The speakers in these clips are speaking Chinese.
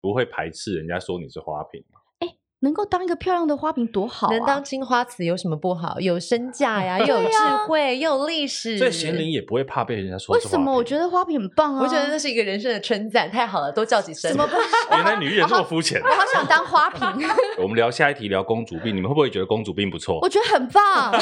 不会排斥人家说你是花瓶吗？ 能够当一个漂亮的花瓶多好啊！ 能当青花瓷有什么不好？有身价呀，又有智慧，又有历史。 所以贤玲也不会怕被人家说是花瓶。 为什么？我觉得花瓶很棒啊！ 我觉得那是一个人生的称赞，太好了，多叫几声。 怎么不？ 原来女人这么肤浅。 我好想当花瓶。 我们聊下一题，聊公主病，你们会不会觉得公主病不错？ 我觉得很棒。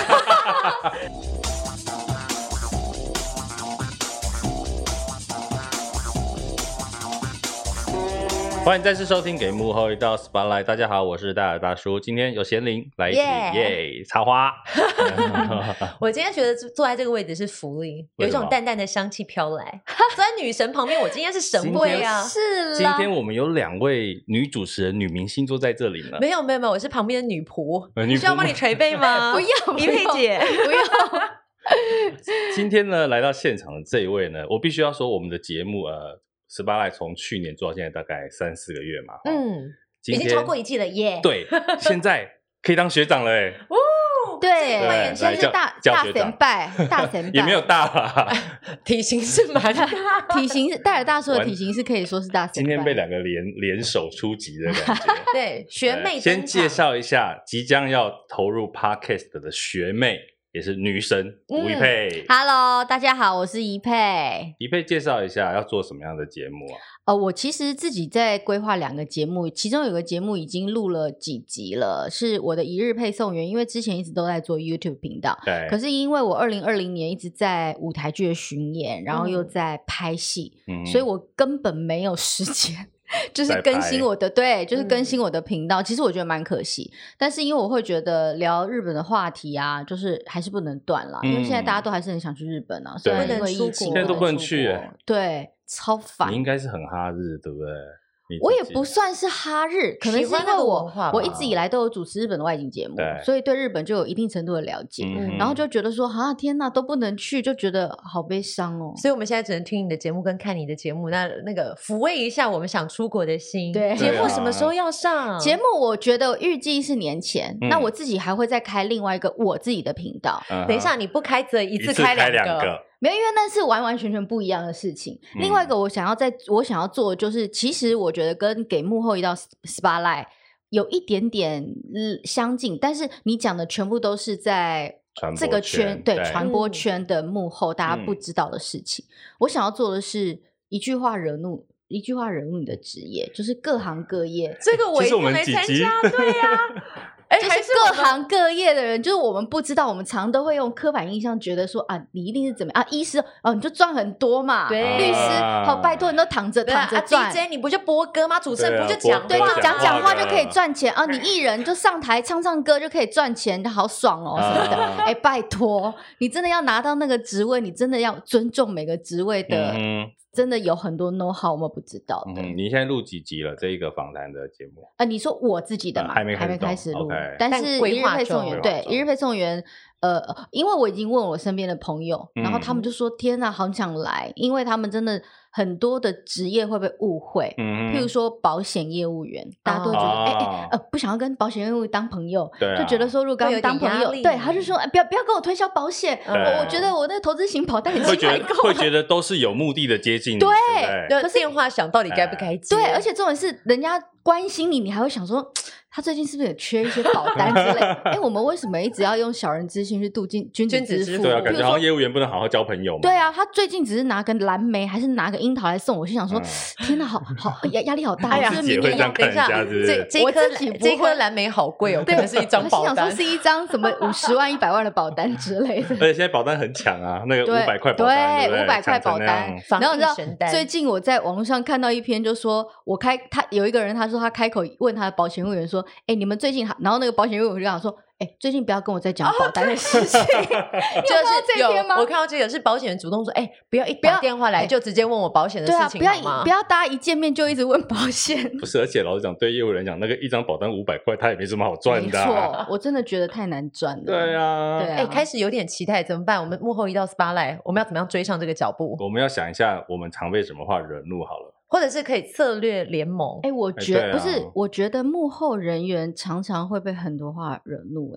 欢迎再次收听给幕后一道 Spotlight。 大家好，我是戴尔大叔，今天有贤玲来一起耶插花。 我今天觉得坐在这个位置是福利，有一种淡淡的香气飘来。坐在女神旁边，我今天是神位啊！ 是啦， 今天我们有2位女主持人、女明星坐在这里呢。 没有，我是旁边的女仆。 女仆需要帮你捶背吗？ 不要， 怡佩姐， 不要。 今天呢，来到现场的这一位呢，我必须要说，我们的节目Spotlight 从去年做到现在大概3-4个月嘛， 已经超过1季了耶！ 对，现在可以当学长了哎。 对，现在是大神拜，大神拜也没有大啦， 体型是蛮大， 体型戴尔大叔的体型是可以说是大神拜。 今天被2个联手出击的感觉。 对，学妹先介绍一下即将要投入 Podcast 的学妹，也是女神吴怡佩。 Hello， 大家好，我是怡佩。 怡佩介绍一下要做什么样的节目啊？ 我其实自己在规划2个节目，其中有个节目已经录了几集了，是我的一日配送员，因为之前一直都在做 YouTube 频道， 对。 可是因为我2020年一直在舞台剧的巡演，然后又在拍戏，所以我根本没有时间。就是更新我的对，就是更新我的频道。其实我觉得蛮可惜，但是因为我会觉得聊日本的话题啊，就是还是不能断啦，因为现在大家都还是很想去日本啊，虽然因为疫情现在都不能去对，超烦。 你应该是很哈日，对不对？ 我也不算是哈日，可能是因为我一直以来都有主持日本的外景节目，所以对日本就有一定程度的了解，然后就觉得说天哪都不能去，就觉得好悲伤哦。 所以我们现在只能听你的节目跟看你的节目，那个抚慰一下我们想出国的心。 对， 节目什么时候要上？ 节目我觉得预计是年前，那我自己还会再开另外一个我自己的频道。 等一下，你不开则一次开2个。 没有，因为那是完完全全不一样的事情。另外一个我想要做的就是，其实我觉得跟给幕后一道 Spotlight 有一点点相近，但是你讲的全部都是在这个圈，对传播圈的幕后大家不知道的事情。我想要做的是一句话惹怒你的职业，就是各行各业。 这个我一直没参加，对呀。 就是各行各业的人，就是我们不知道，我们常都会用刻板印象觉得说你一定是怎么样医师你就赚很多嘛， 对， 律师拜托你都躺着赚 DJ 你不就播歌吗？主持人不就讲对，就讲话就可以赚钱你艺人就上台唱歌就可以赚钱，就好爽什么的。拜托，你真的要拿到那个职位，你真的要尊重每个职位的。真的有很多 know how 我们不知道的。 你现在录几集了？这一个访谈的节目？ 你说我自己的嘛？还没开始录，但是一日配送员对一日配送员，因为我已经问我身边的朋友，然后他们就说：“天哪，好想来！”因为他们真的很多的职业会被误会，譬如说保险业务员，大家都觉得不想要跟保险业务当朋友，就觉得说如果跟他们当朋友，对，他就说不要跟我推销保险，我觉得我那个投资型保单很奇怪， 会觉得都是有目的的接近你， 对， 可是电话响到底该不该接？ 对，而且重点是人家关心你，你还会想说他最近是不是有缺一些保单之类？我们为什么一直要用小人之心去度君子之腹？ 对啊，感觉好像业务员不能好好交朋友嘛。 对啊，他最近只是拿个蓝莓还是拿个樱桃来送我，心想说天哪，好压力好大呀！ 自己会这样看人家， 这颗蓝莓好贵可能是一张保单， 我心想说是一张什么50万、100万的保单之类的。 而且现在保单很抢啊，那个500块保单， 对，500块保单。然后你知道，最近我在网络上看到一篇，就说他有一个人，他说他开口问他的保险业务员说：“你们最近好？”然后那个保险业务员就讲说：“最近不要跟我再讲保单的事情。”就是这篇吗？ 我看到这个是保险人主动说：“不要一打电话来就直接问我保险的事情， 不要大家一见面就一直问保险。” 不是，而且老实讲，对业务人讲，那个一张保单500块，他也没什么好赚的。 没错，我真的觉得太难赚了。 对啊， 开始有点期待，怎么办？我们幕后一道 Spotlight， 我们要怎么样追上这个脚步？ 我们要想一下，我们常被什么话惹怒好了。 或者是可以策略联盟。 我觉得不是，我觉得幕后人员常常会被很多话惹怒。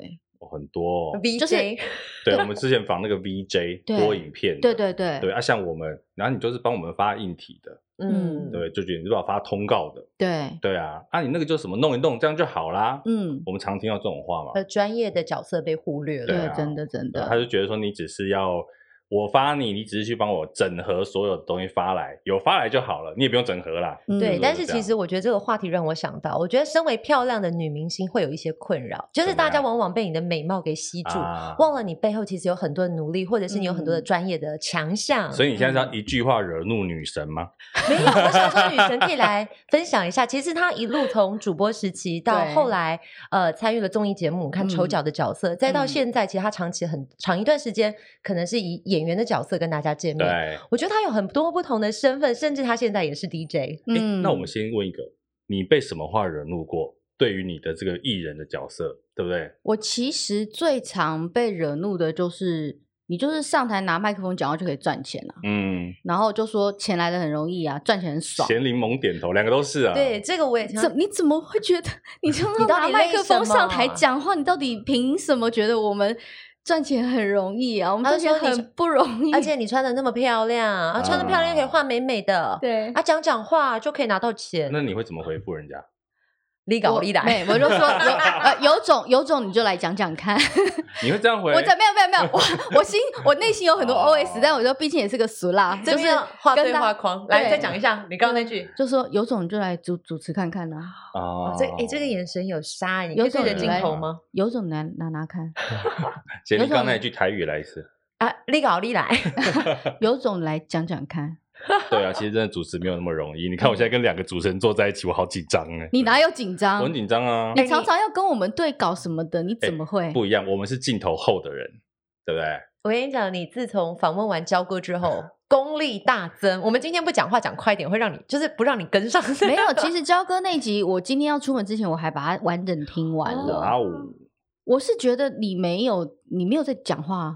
很多 VJ， 就是对，我们之前访那个 VJ 播影片的，对啊，像我们，然后你就是帮我们发硬体的，对，就觉得你是要发通告的，对啊，你那个就什么弄一弄，这样就好啦。我们常听到这种话嘛， 专业的角色被忽略了， 对，真的， 他就觉得说你只是要。我发你只是去帮我整合所有的东西发来，有发来就好了，你也不用整合啦。 对，但是其实我觉得这个话题让我想到，我觉得身为漂亮的女明星会有一些困扰，就是大家往往被你的美貌给吸住，忘了你背后其实有很多的努力，或者是你有很多的专业的强项。 所以你现在是要一句话惹怒女神吗？ 没有，我想说女神可以来分享一下，其实她一路从主播时期到后来参与了综艺节目，看丑角的角色，再到现在，其实她长期很长一段时间可能是以演员的角色跟大家见面。 对， 我觉得他有很多不同的身份，甚至他现在也是 DJ。 那我们先问一个，你被什么话惹怒过？对于你的这个艺人的角色，对不对？ 我其实最常被惹怒的就是你就是上台拿麦克风讲话就可以赚钱啊，然后就说钱来的很容易啊，赚钱很爽。 咸柠檬点头，两个都是啊。 对，这个我也你怎么会觉得你拿麦克风上台讲话，你到底凭什么觉得我们赚钱很容易啊？我们赚钱很不容易， 而且你穿的那么漂亮穿的漂亮可以画美美的， 对讲话就可以拿到钱。 那你会怎么回复人家？ 你搞你来， 我就说有种你就来讲讲看。 你会这样回？ 没有，我内心有很多 OS，但我就毕竟也是个俗辣，就是画对画框。来，再讲一下你刚刚那句， 就说有种就来主持看看啊。 这个眼神有杀，你可以对着镜头吗？ 有种拿看。 姐，你刚刚那句台语来一次你搞你来， 有种来讲讲看。 对啊，其实真的主持没有那么容易。你看我现在跟2个主持人坐在一起，我好紧张哎。 你哪有紧张？ 我很紧张啊。 你常常要跟我们对稿什么的，你怎么会？ 不一样，我们是镜头后的人，对不对？ 我跟你讲，你自从访问完焦哥之后，功力大增。我们今天不讲话讲快一点，会让你就是不让你跟上。 没有，其实焦哥那集，我今天要出门之前，我还把它完整听完了。 哇哦！ 我是觉得你没有在讲话。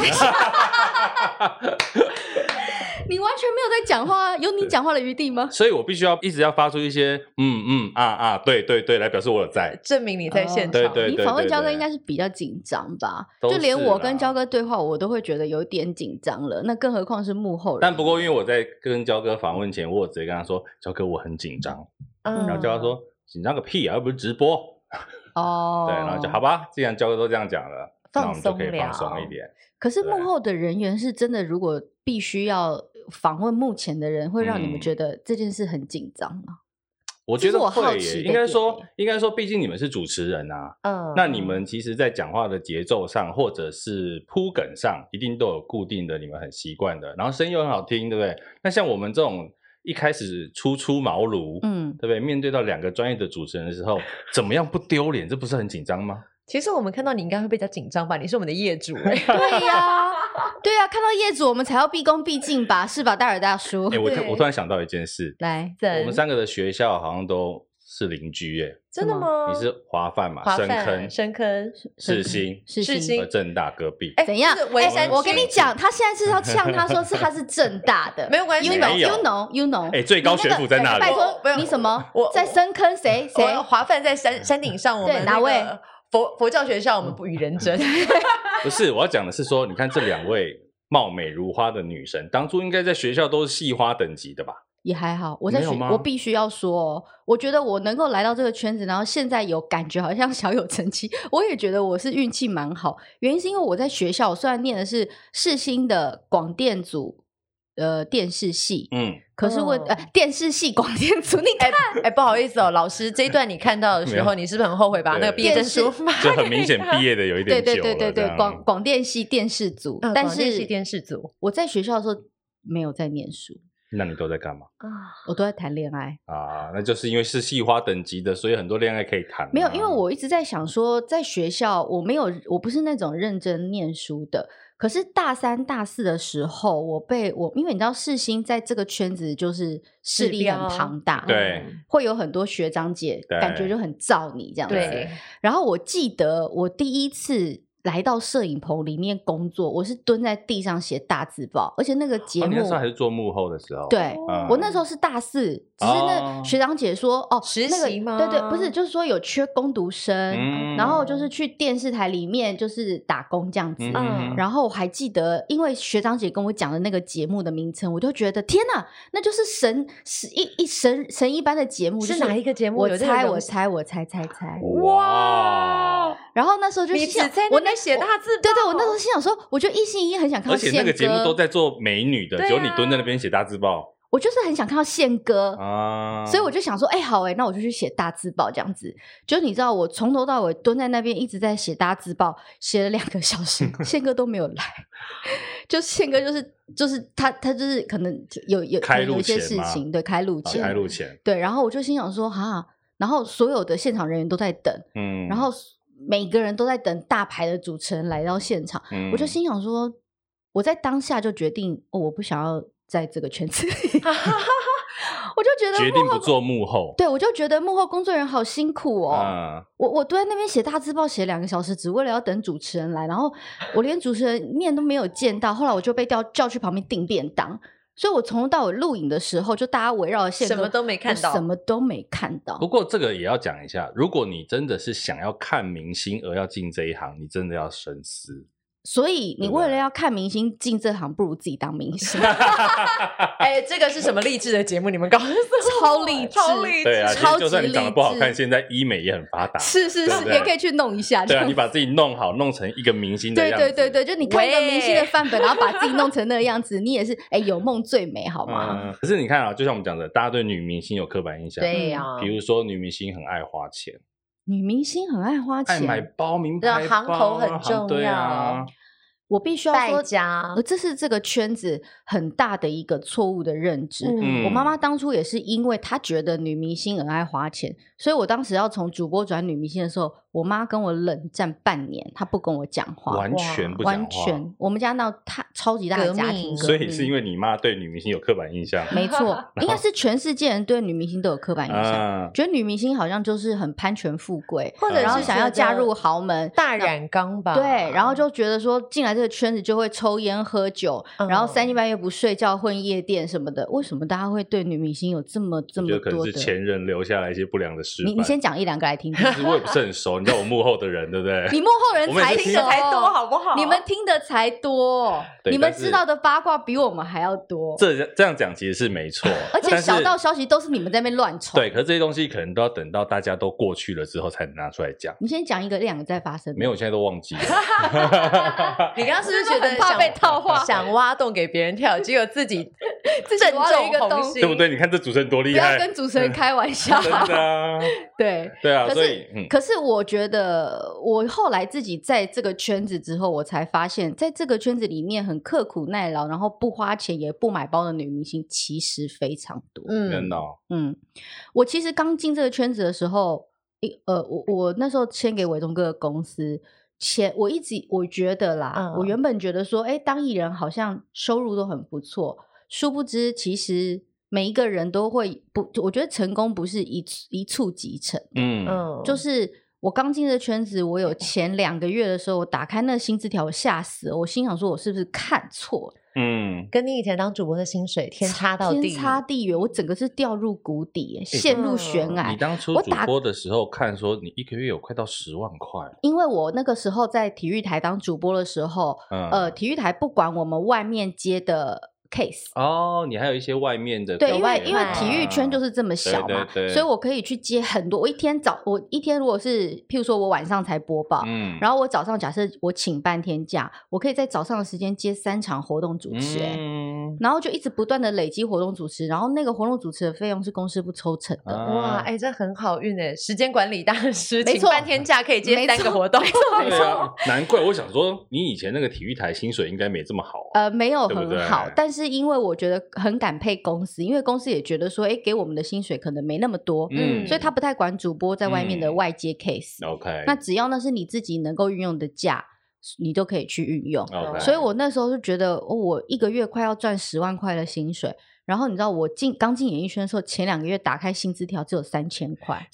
你完全没有在讲话，有你讲话的余地吗？ 所以我必须要一直要发出一些对来表示我有在， 证明你在现场。 对， 你访问焦哥应该是比较紧张吧？就连我跟焦哥对话，我都会觉得有点紧张了，那更何况是幕后人。 但不过因为我在跟焦哥访问前，我有直接跟他说：“焦哥，我很紧张。”然后焦哥说：“紧张个屁啊，又不是直播。”对，然后就好吧，既然焦哥都这样讲了，那我们就可以放松一点。 可是幕后的人员是真的，如果必须要访问目前的人，会让你们觉得这件事很紧张吗？ 我觉得会耶，应该说，毕竟你们是主持人啊，那你们其实在讲话的节奏上，或者是铺梗上，一定都有固定的，你们很习惯的，然后声音又很好听，对不对？那像我们这种一开始初茅庐，对不对？面对到2个专业的主持人的时候，怎么样不丢脸？这不是很紧张吗？ 其实我们看到你应该会比较紧张吧？你是我们的业主。 对呀，看到业主我们才要毕恭毕敬吧，是吧，大耳大叔？ 我突然想到一件事， 来， 我们3个的学校好像都是邻居耶。 真的吗？ 你是华范嘛？深坑、世新和政大隔壁。 怎样？我跟你讲，他现在是要呛他说他是政大的， 没有关系。 You know。 最高学府在哪里？ 拜托，你什么？在深坑谁？ 华范在山顶上，我们哪位？ 佛教学校，我们不与人争。 不是，我要讲的是说，你看这2位貌美如花的女神，当初应该在学校都是系花等级的吧？ 也还好，我必须要说我觉得我能够来到这个圈子，然后现在有感觉好像小有成绩，我也觉得我是运气蛮好。原因是因为我在学校，我虽然念的是世新的广电组电视系，可是我电视系广电组，你看， 不好意思哦，老师，这一段你看到的时候，你是不是很后悔把那个毕业证书就很明显毕业的有一点久了。 对，广电系电视组，但是电视组， 我在学校的时候没有在念书。 那你都在干嘛？ 我都在谈恋爱啊，那就是因为是系花等级的，所以很多恋爱可以谈。 没有，因为我一直在想说，在学校我不是那种认真念书的。可是大3、大4的时候，因为你知道世新在这个圈子就是势力很庞大， 对， 会有很多学长姐感觉就很罩你这样子。然后我记得我第一次来到摄影棚里面工作，我是蹲在地上写大字报，而且那个节目， 你那时候还是做幕后的时候， 对，我那时候是大4，只是那学长姐说实习吗？ 对对，不是，就是说有缺工读生，然后就是去电视台里面就是打工这样子，然后我还记得，因为学长姐跟我讲的那个节目的名称，我就觉得天哪，那就是神一般的节目， 是哪一个节目？ 我猜， 哇！ 然后那时候就你只在那边写大字报， 对对，我那时候心想说，我就一心一意很想看到宪哥， 而且那个节目都在做美女的，只有你蹲在那边写大字报。 我就是很想看到宪哥所以我就想说，好那我就去写大字报这样子。就你知道，我从头到尾蹲在那边一直在写大字报，写了2个小时，宪哥都没有来。就宪哥就是他就是可能有一些事情，对，开录前，对，然后我就心想说然后所有的现场人员都在等，然后每个人都在等大牌的主持人来到现场，我就心想说，我在当下就决定，我不想要在这个圈子里，我就觉得决定不做幕后， 对，我就觉得幕后工作人员好辛苦我蹲在那边写大字报写2个小时，只为了要等主持人来，然后我连主持人面都没有见到，后来我就被叫去旁边订便当。所以我从头到尾录影的时候，就大家围绕着宪哥， 什么都没看到， 什么都没看到。 不过这个也要讲一下，如果你真的是想要看明星而要进这一行，你真的要深思。 所以你为了要看明星进这行，不如自己当明星。 这个是什么励志的节目？你们告诉我， 超励志， 对啊，就算你长得不好看，现在医美也很发达， 是，也可以去弄一下。 对啊，你把自己弄好，弄成一个明星的样子。 对，就你看一个明星的范本，然后把自己弄成那个样子，你也是有梦最美，好吗？ 可是你看就像我们讲的，大家对女明星有刻板印象， 对呀， 比如说女明星很爱花钱。 女明星很爱花钱， 爱买包，名牌包， 行头很重要。 我必须要说，这是这个圈子很大的一个错误的认知。我妈妈当初也是因为她觉得女明星很爱花钱，所以我当时要从主播转女明星的时候，我妈跟我冷战半年，她不跟我讲话， 完全不讲话。 完全，我们家闹超级大的家庭革命， 所以是因为你妈对女明星有刻板印象。 没错，应该是全世界人对女明星都有刻板印象，觉得女明星好像就是很攀权富贵，或者是想要嫁入豪门， 大染缸吧。 对，然后就觉得说进来这个圈子就会抽烟喝酒，然后3更半夜不睡觉混夜店什么的。为什么大家会对女明星有这么多的？ 我觉得可能是前人留下来一些不良的示范。 你先讲1-2个来听听。 其实我也不是很熟，你知道我幕后的人对不对？ 你幕后人才听的才多，好不好？ 你们听的才多，你们知道的八卦比我们还要多。 这样讲其实是没错， 而且小道消息都是你们在那边乱传。 对，可是这些东西可能都要等到大家都过去了之后才能拿出来讲。 你先讲1个2个再发生。 没有，我现在都忘记了。 你刚刚是不是觉得怕被套话， 想挖洞给别人跳，结果自己挖了一个洞， 对不对？你看这主持人多厉害， 不要跟主持人开玩笑。 真的啊，对啊，所以可是我觉得我后来自己在这个圈子之后，我才发现在这个圈子里面很刻苦耐劳，然后不花钱也不买包的女明星其实非常多。 真的我其实刚进这个圈子的时候，我那时候签给伟忠哥的公司，我觉得啦，我原本觉得说，当艺人好像收入都很不错，殊不知其实每一个人都会我觉得成功不是一触即成。就是我刚进这圈子，我有前2个月的时候，我打开那个薪资条，我吓死了，我心想说我是不是看错了？ 跟你以前当主播的薪水天差地远，我整个是掉入谷底，陷入悬崖。 你当初主播的时候看说你1个月有快到10万块， 因为我那个时候在体育台当主播的时候，体育台不管我们外面接的case 你还有一些外面的， 对，因为体育圈就是这么小嘛，所以我可以去接很多。我一天如果是譬如说我晚上才播报，然后我早上假设我请半天假，我可以在早上的时间接3场活动主持，然后就一直不断的累积活动主持，然后那个活动主持的费用是公司不抽成的。 哇，这很好运时间管理大师，请半天假可以接3个活动， 没错。 难怪我想说你以前那个体育台薪水应该没这么好， 没有很好，但是因为我觉得很感佩公司，因为公司也觉得说给我们的薪水可能没那么多，所以他不太管主播在外面的外接 case，那只要那是你自己能够运用的假，你都可以去运用。所以我那时候就觉得我1个月快要赚10万块的薪水， 然后你知道我刚进演艺圈的时候，前2个月打开薪资条只有3000块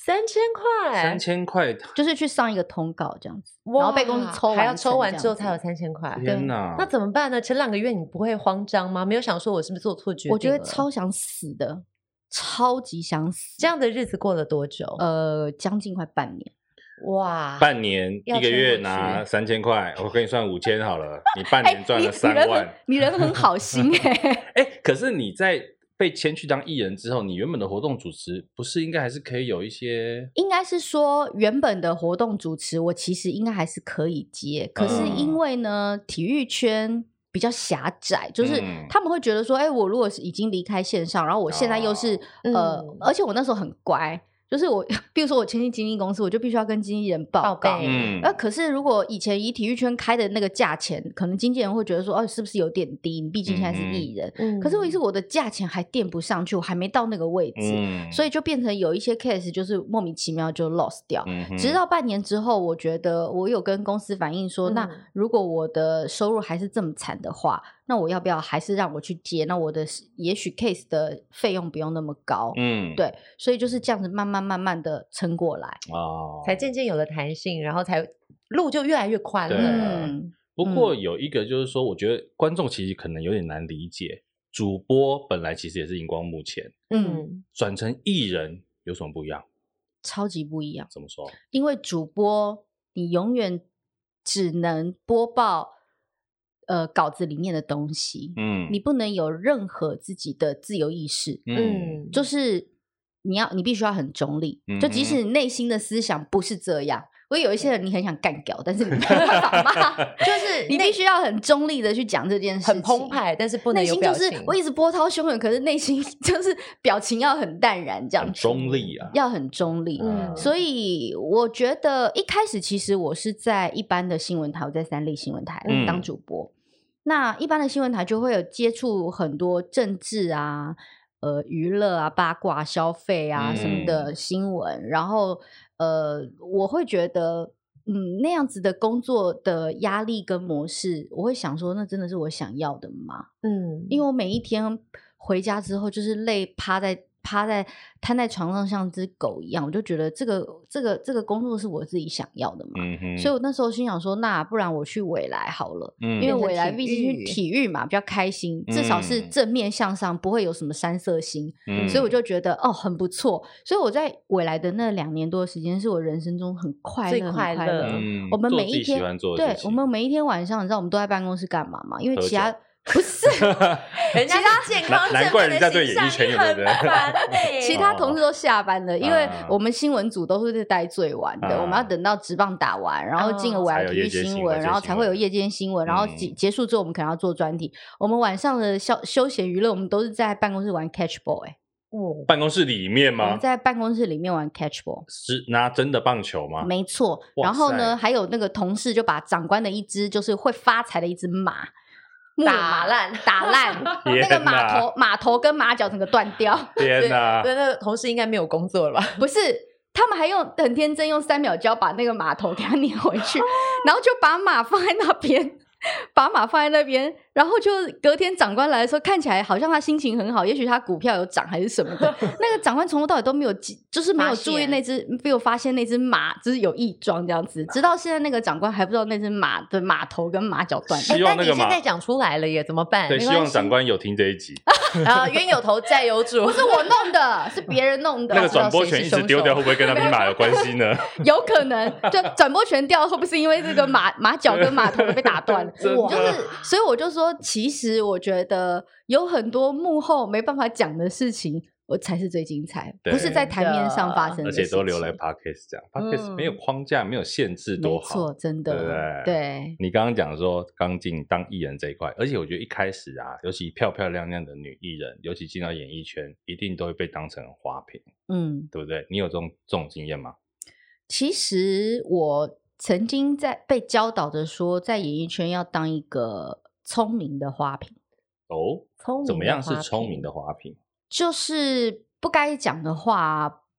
，3000块， 就是去上一个通告这样子，然后被公司抽完， 还要抽完之后才有3000块。 天哪， 那怎么办呢？前2个月你不会慌张吗？没有想说我是不是做错决定了？ 我觉得超想死的，超级想死。 这样的日子过了多久？ 将近快半年。 哇， 半年1个月拿3000块，我跟你算5000好了，你半年赚了3万， 你人很好心可是你在被签去当艺人之后，你原本的活动主持不是应该还是可以有一些？ 应该是说原本的活动主持我其实应该还是可以接，可是因为呢体育圈比较狭窄，就是他们会觉得说我如果是已经离开线上，然后我现在又是而且我那时候很乖，就是我比如说我签进经纪公司，我就必须要跟经纪人报告。可是如果以前以体育圈开的那个价钱，可能经纪人会觉得说是不是有点低，你毕竟现在是艺人。可是问题是我的价钱还垫不上去，我还没到那个位置，所以就变成有一些 case 就是莫名其妙就 lost 掉。直到半年之后，我觉得我有跟公司反映说，那如果我的收入还是这么惨的话，那我要不要还是让我去接？那我的也许 case 的费用不用那么高，对，所以就是这样子慢慢的撑过来， 才渐渐有了弹性，然后才路就越来越宽了。 不过有一个就是说，我觉得观众其实可能有点难理解，主播本来其实也是荧光幕前，转成艺人有什么不一样？ 超级不一样。 怎么说？ 因为主播你永远只能播报稿子里面的东西，你不能有任何自己的自由意识，就是你必须要很中立，就即使你内心的思想不是这样，我有一些人你很想干掉，但是你没办法骂，就是你必须要很中立的去讲这件事情， 很澎湃，但是不能有表情。 内心就是我一直波涛汹涌，可是内心就是表情要很淡然，这样很中立啊， 要很中立。所以我觉得一开始其实我是在一般的新闻台，我在3立新闻台当主播。那一般的新闻台就会有接触很多政治啊、娱乐啊、八卦、消费啊什么的新闻，然后我会觉得那样子的工作的压力跟模式，我会想说那真的是我想要的吗？因为我每一天回家之后就是累瘫在床上像只狗一样，我就觉得这个工作是我自己想要的嘛，所以我那时候心想说，那不然我去未来好了，因为未来毕竟是体育嘛，比较开心，至少是正面向上，不会有什么山色心，所以我就觉得很不错。所以我在未来的那2年多的时间，是我人生中很快乐、 最快乐。 我们每一天对，我们每一天晚上，你知道我们都在办公室干嘛吗？因为其他。不是， 人家健康难怪人家对演艺圈有的人， 其他同事都下班了，因为我们新闻组都是待最晚的，我们要等到职棒打完，然后进了未来体育新闻，然后才会有夜间新闻，然后结束之后我们可能要做专题。我们晚上的休闲娱乐，我们都是在办公室玩 catch ball。 办公室里面吗？ 我们在办公室里面玩 catch ball， 是拿真的棒球吗？ 没错。然后呢，还有那个同事就把长官的一只就是会发财的一只马。打烂那个马头跟马脚整个断掉。 天哪！ 对，那个同事应该没有工作了吧？ 不是，他们还很天真用3秒胶把那个马头给它粘回去，然后就把马放在那边，然后就隔天长官来的时候，看起来好像他心情很好，也许他股票有涨还是什么的。那个长官从头到尾都没有，就是没有注意没有发现那只马就是有异状这样子，直到现在那个长官还不知道那只马的马头跟马脚断掉。 但你现在讲出来了耶，怎么办？ 对，希望长官有听这一集。 冤有头债有主， 不是我弄的，是别人弄的。 那个转播权一直丢掉，会不会跟他匹马有关系呢？ 有可能，就转播权掉，会不会是因为这个马脚跟马头被打断了？所以我就说，其实我觉得有很多幕后没办法讲的事情，我才是最精彩，不是在台面上发生的事情， 而且都留来 podcast 讲。podcast 没有框架，没有限制，多好， 没错，真的， 对不对？ 对。 你刚刚讲说刚进当艺人这一块，而且我觉得一开始啊，尤其漂漂亮亮的女艺人，尤其进到演艺圈，一定都会被当成花瓶，对不对？你有这种经验吗？ 其实我曾经被教导着说，在演艺圈要当一个聪明的花瓶。 怎么样是聪明的花瓶？ 就是不该讲的话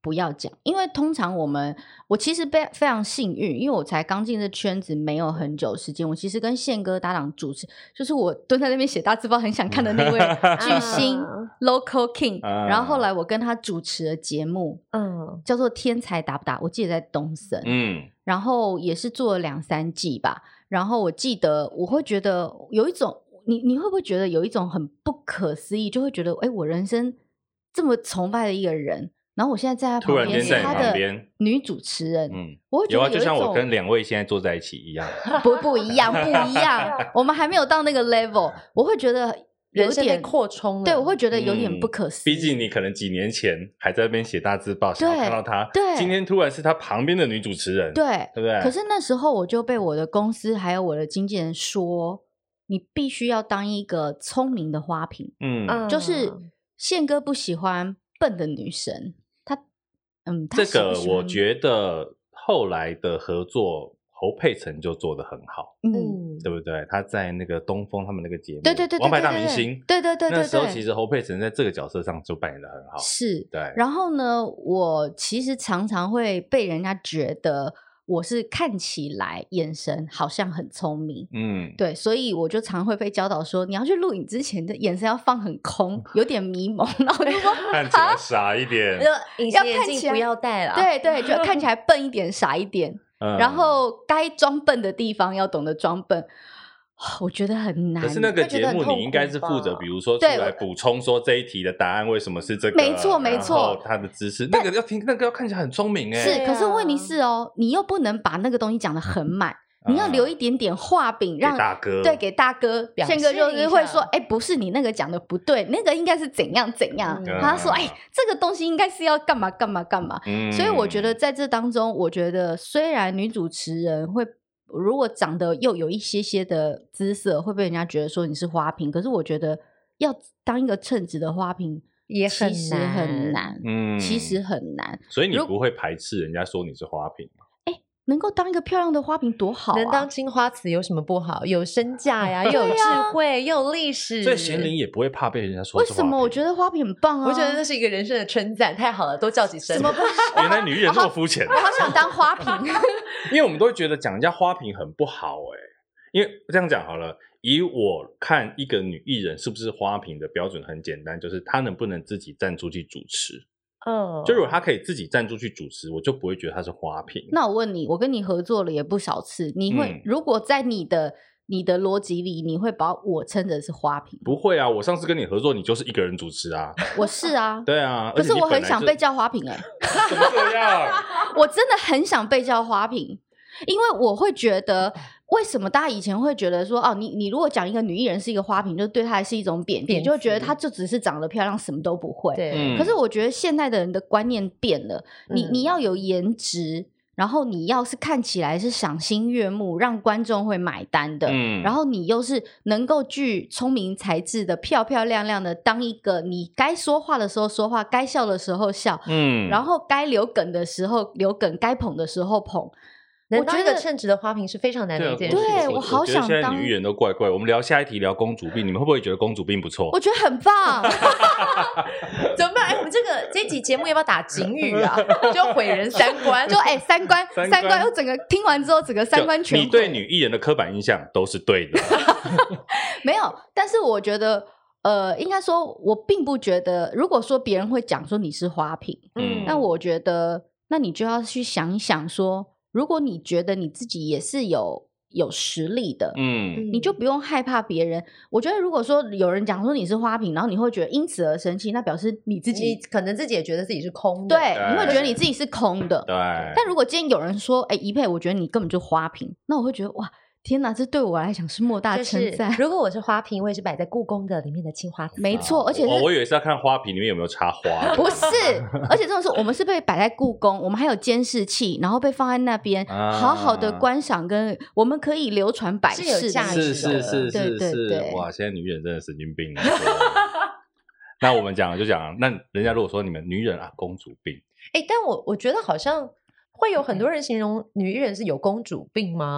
不要讲，因为通常我其实非常幸运，因为我才刚进这圈子没有很久时间，我其实跟宪哥搭档主持，就是我蹲在那边写大字报很想看的那位巨星Local King，然后后来我跟他主持了节目，叫做天才打不打，我记得在东森，然后也是做了2-3季吧，然后我记得我会觉得有一种你会不会觉得有一种很不可思议，就会觉得我人生这么崇拜的一个人，然后我现在在他旁边是他的女主持人，我会觉得有啊，就像我跟2位现在坐在一起一样， 不一样，我们还没有到那个 level， 我会觉得有点扩充了， 对，我会觉得有点不可思议。 毕竟你可能几年前还在那边写大字报，想要看到他，对，今天突然是他旁边的女主持人， 对， 对不对？ 可是那时候我就被我的公司还有我的经纪人说，你必须要当一个聪明的花瓶，就是宪哥不喜欢笨的女生，他这个我觉得后来的合作侯佩岑就做得很好，对不对？他在那个东风他们那个节目， 对王牌大明星， 对， 那时候其实侯佩岑在这个角色上就扮演得很好， 是， 对。 然后呢，我其实常常会被人家觉得我是看起来眼神好像很聪明，对，所以我就常会被教导说，你要去录影之前的眼神要放很空，有点迷蒙，然后就说看起来傻一点， 隐形眼镜不要戴了， 对，就看起来笨一点，傻一点，然后该装笨的地方要懂得装笨。我觉得很难。 可是那个节目你应该是负责，比如说出来补充说这一题的答案为什么是这个， 没错， 然后他的知识，那个要听，那个要看起来很聪明是，可是问题是你又不能把那个东西讲得很满，你要留一点点画饼让大哥， 对，给大哥，宪哥就是会说，不是你那个讲的不对，那个应该是怎样怎样，他说，这个东西应该是要干嘛干嘛干嘛，所以我觉得在这当中，我觉得虽然女主持人会。如果长得又有一些的姿色，会被人家觉得说你是花瓶。可是我觉得要当一个称职的花瓶也其实很难，其实很难。 所以你不会排斥人家说你是花瓶吗？ 能够当一个漂亮的花瓶多好啊！ 能当青花瓷有什么不好？有身价呀，又有智慧，又有历史。 所以贤玲也不会怕被人家说是花瓶。 为什么？我觉得花瓶很棒啊！ 我觉得那是一个人生的称赞，太好了，多叫几声。 怎么原来女艺人这么肤浅。 我好想当花瓶， 因为我们都会觉得讲人家花瓶很不好因为这样讲好了，以我看一个女艺人是不是花瓶的标准很简单，就是她能不能自己站出去主持。就如果他可以自己站出去主持，我就不会觉得他是花瓶。 那我问你，我跟你合作了也不少次，你会如果在你的逻辑里，你会把我称的是花瓶？ 不会啊，我上次跟你合作，你就是一个人主持啊。 我是啊， 对啊， 可是我很想被叫花瓶怎么这样？ 我真的很想被叫花瓶，因为我会觉得。为什么大家以前会觉得说你如果讲一个女艺人是一个花瓶，就对她是一种贬低，就会觉得她就只是长得漂亮，什么都不会。可是我觉得现在的人的观念变了，你要有颜值，然后你要是看起来是赏心悦目，让观众会买单的，然后你又是能够具聪明才智的，漂漂亮亮的，当一个你该说话的时候说话，该笑的时候笑，然后该留梗的时候留梗，该捧的时候捧。 能当一个称职的花瓶是非常难的一件事。 对，我好想当。 我觉得现在女艺人都怪怪。我们聊下一题，聊公主病，你们会不会觉得公主病不错？ 我觉得很棒。 怎么办？我们这一集节目要不要打警语啊？就毁人三观， 就三观，我整个听完之后，整个三观全毁。 你对女艺人的刻板印象都是对的。 没有，但是我觉得。应该说，我并不觉得，如果说别人会讲说你是花瓶，那我觉得，那你就要去想一想说。如果你觉得你自己也是有实力的，你就不用害怕别人。我觉得如果说有人讲说你是花瓶，然后你会觉得因此而生气，那表示你自己可能自己也觉得自己是空的， 对，你会觉得你自己是空的。 对。 但如果今天有人说，宜佩，我觉得你根本就花瓶，那我会觉得哇。天哪，这对我来讲是莫大称赞。 如果我是花瓶，我也是摆在故宫的里面的青花瓷。 没错，而且我以为是要看花瓶里面有没有插花。 不是，而且这种是我们是被摆在故宫，我们还有监视器，然后被放在那边，好好的观赏，跟我们可以流传百世。 是， 对。 哇，现在女人真的神经病。那我们讲就讲，那人家如果说你们女人公主病， 但我觉得好像会有很多人形容女艺人是有公主病吗？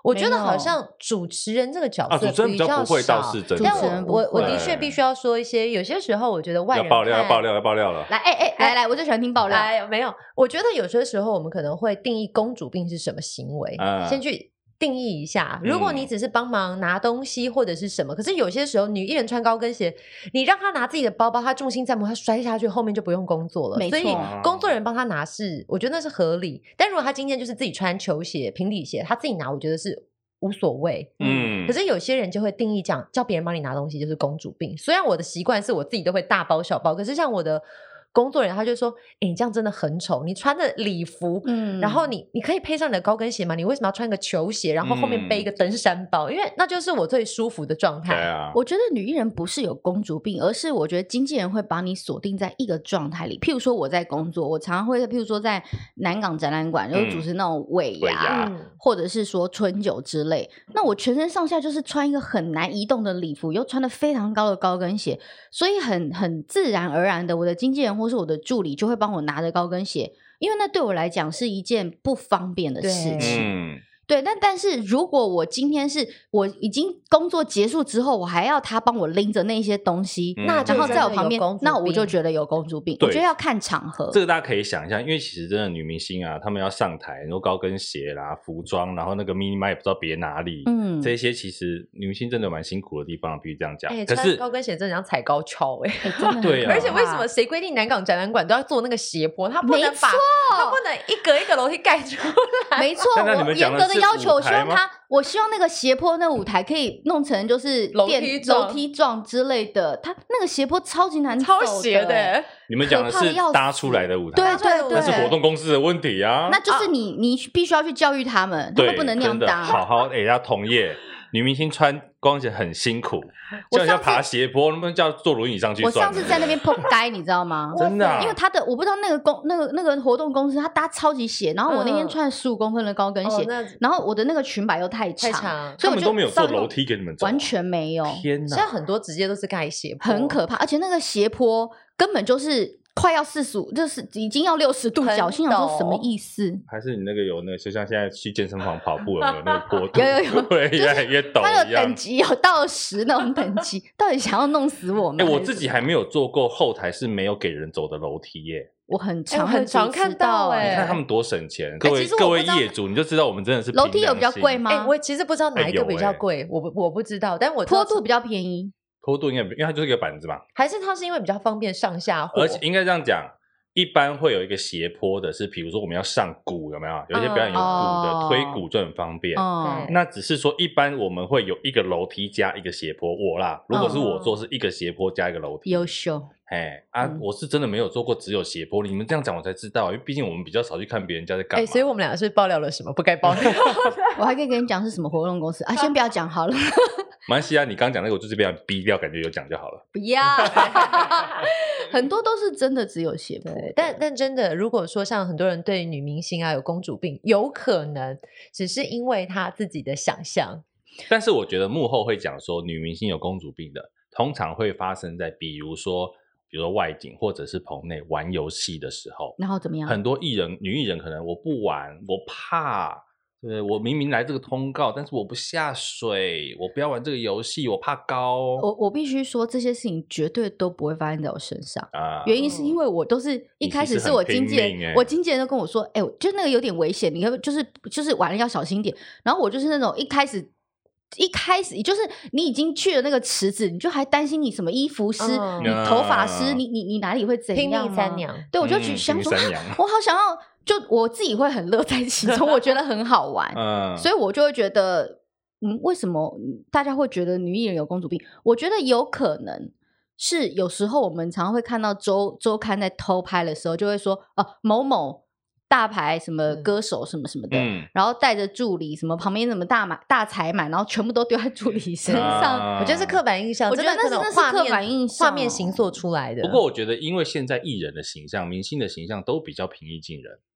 我觉得好像主持人这个角色比较少，但我的确必须要说一些，有些时候我觉得外人要爆料了。 来，我最喜欢听爆料。 没有，我觉得有些时候我们可能会定义公主病是什么行为，先去定义一下。如果你只是帮忙拿东西或者是什么，可是有些时候女艺人穿高跟鞋，你让她拿自己的包包，她重心在她摔下去，后面就不用工作了。所以工作人员帮她拿我觉得那是合理。但如果她今天就是自己穿球鞋、平底鞋，她自己拿，我觉得是无所谓。可是有些人就会定义叫别人帮你拿东西就是公主病。虽然我的习惯是我自己都会大包小包，可是像我的工作人员他就说你这样真的很丑，你穿的礼服然后你可以配上你的高跟鞋吗？你为什么要穿个球鞋然后后面背一个登山包？因为那就是我最舒服的状态。 我觉得女艺人不是有公主病，而是我觉得经纪人会把你锁定在一个状态里。譬如说我在工作，我常常会譬如说在南港展览馆就是主持那种尾牙或者是说春酒之类，那我全身上下就是穿一个很难移动的礼服，又穿得非常高的高跟鞋，所以很自然而然的我的经纪人或是我的助理就会帮我拿着高跟鞋，因为那对我来讲是一件不方便的事情。对，但是如果我今天是我已经工作结束之后，我还要他帮我拎着那些东西，然后在我旁边，那我就觉得有公主病。我觉得要看场合， 这个大家可以想一下，因为其实真的女明星啊，她们要上台，然后高跟鞋啦、服装，然后那个 mini 麦也不知道别哪里，这些其实女明星真的蛮辛苦的地方，必须这样讲。可是高跟鞋真的像踩高跷真的对啊。 而且为什么谁规定南港展览馆都要做那个斜坡？他不能一格一个楼梯盖出来。 没错，我严格的要求，我希望那个斜坡那舞台可以弄成就是楼梯状之类的。它那个斜坡超级难走的， 超斜的。 你们讲的是搭出来的舞台， 对， 那是活动公司的问题啊。 那就是你必须要去教育他们，他们不能那样搭。 好好要同业。女明星穿高跟鞋很辛苦，叫人家爬斜坡，能不能叫坐轮椅上去？ 我上次在那边扑街，你知道吗？ 真的， 因为我不知道那个活动公司他搭超级斜，然后我那天穿15公分的高跟鞋，然后我的那个裙摆又太长， 所以他们都没有做楼梯给你们走， 完全没有。 天哪！ 现在很多直接都是盖斜坡， 很可怕，而且那个斜坡根本就是快要45，就是已经要60度角，心想说什么意思？ 还是你那个有那个，就像现在去健身房跑步有没有那个坡度？ 有， 会越来越陡一样。 它的等级有到10那种等级，到底想要弄死我们？ 我自己还没有做过后台是没有给人走的楼梯耶。 我很常看到你看他们多省钱，各位业主你就知道我们真的是楼梯有比较贵吗？ 我其实不知道哪一个比较贵，我不知道，但我坡度比较便宜。 坡度因为它就是一个板子嘛， 还是它是因为比较方便上下货？ 而且应该这样讲。一般会有一个斜坡的是比如说我们要上鼓，有没有？有些表演有鼓的推鼓就很方便。那只是说一般我们会有一个楼梯加一个斜坡。如果是我做是一个斜坡加一个楼梯。 优秀。 我是真的没有做过只有斜坡，你们这样讲我才知道，因为毕竟我们比较少去看别人家在干嘛。 所以我们两个是爆料了什么不该爆料我还可以跟你讲是什么活动公司啊，先不要讲好了。 没关系啊，你刚刚讲那个我就是被逼掉，感觉有讲就好了。 不要很多都是真的只有斜坡。 但真的如果说像很多人对女明星有公主病，有可能只是因为她自己的想象。 但是我觉得幕后会讲说女明星有公主病的通常会发生在比如说外景或者是棚内玩游戏的时候。 然后怎么样？ 很多女艺人可能我不玩，我怕，对，我明明来这个通告，但是我不下水，我不要玩这个游戏，我怕高。 我必须说这些事情绝对都不会发生在我身上原因是因为我都是一开始是我经纪人，我经纪人都跟我说就那个有点危险，你就是玩了要小心点。然后我就是那种一开始就是你已经去了那个池子，你就还担心你什么衣服湿你头发湿你哪里会怎样拼命三娘。 对，我就去想说我好想要，就我自己会很乐在其中我觉得很好玩所以我就会觉得为什么大家会觉得女艺人有公主病？我觉得有可能是有时候我们常常会看到周刊在偷拍的时候就会说某某大牌什么歌手什么什么的然后带着助理什么旁边什么大采买，然后全部都丢在助理身上我觉得是刻板印象， 我觉得那是刻板印象， 画面形塑出来的。 不过我觉得因为现在艺人的形象明星的形象都比较平易近人，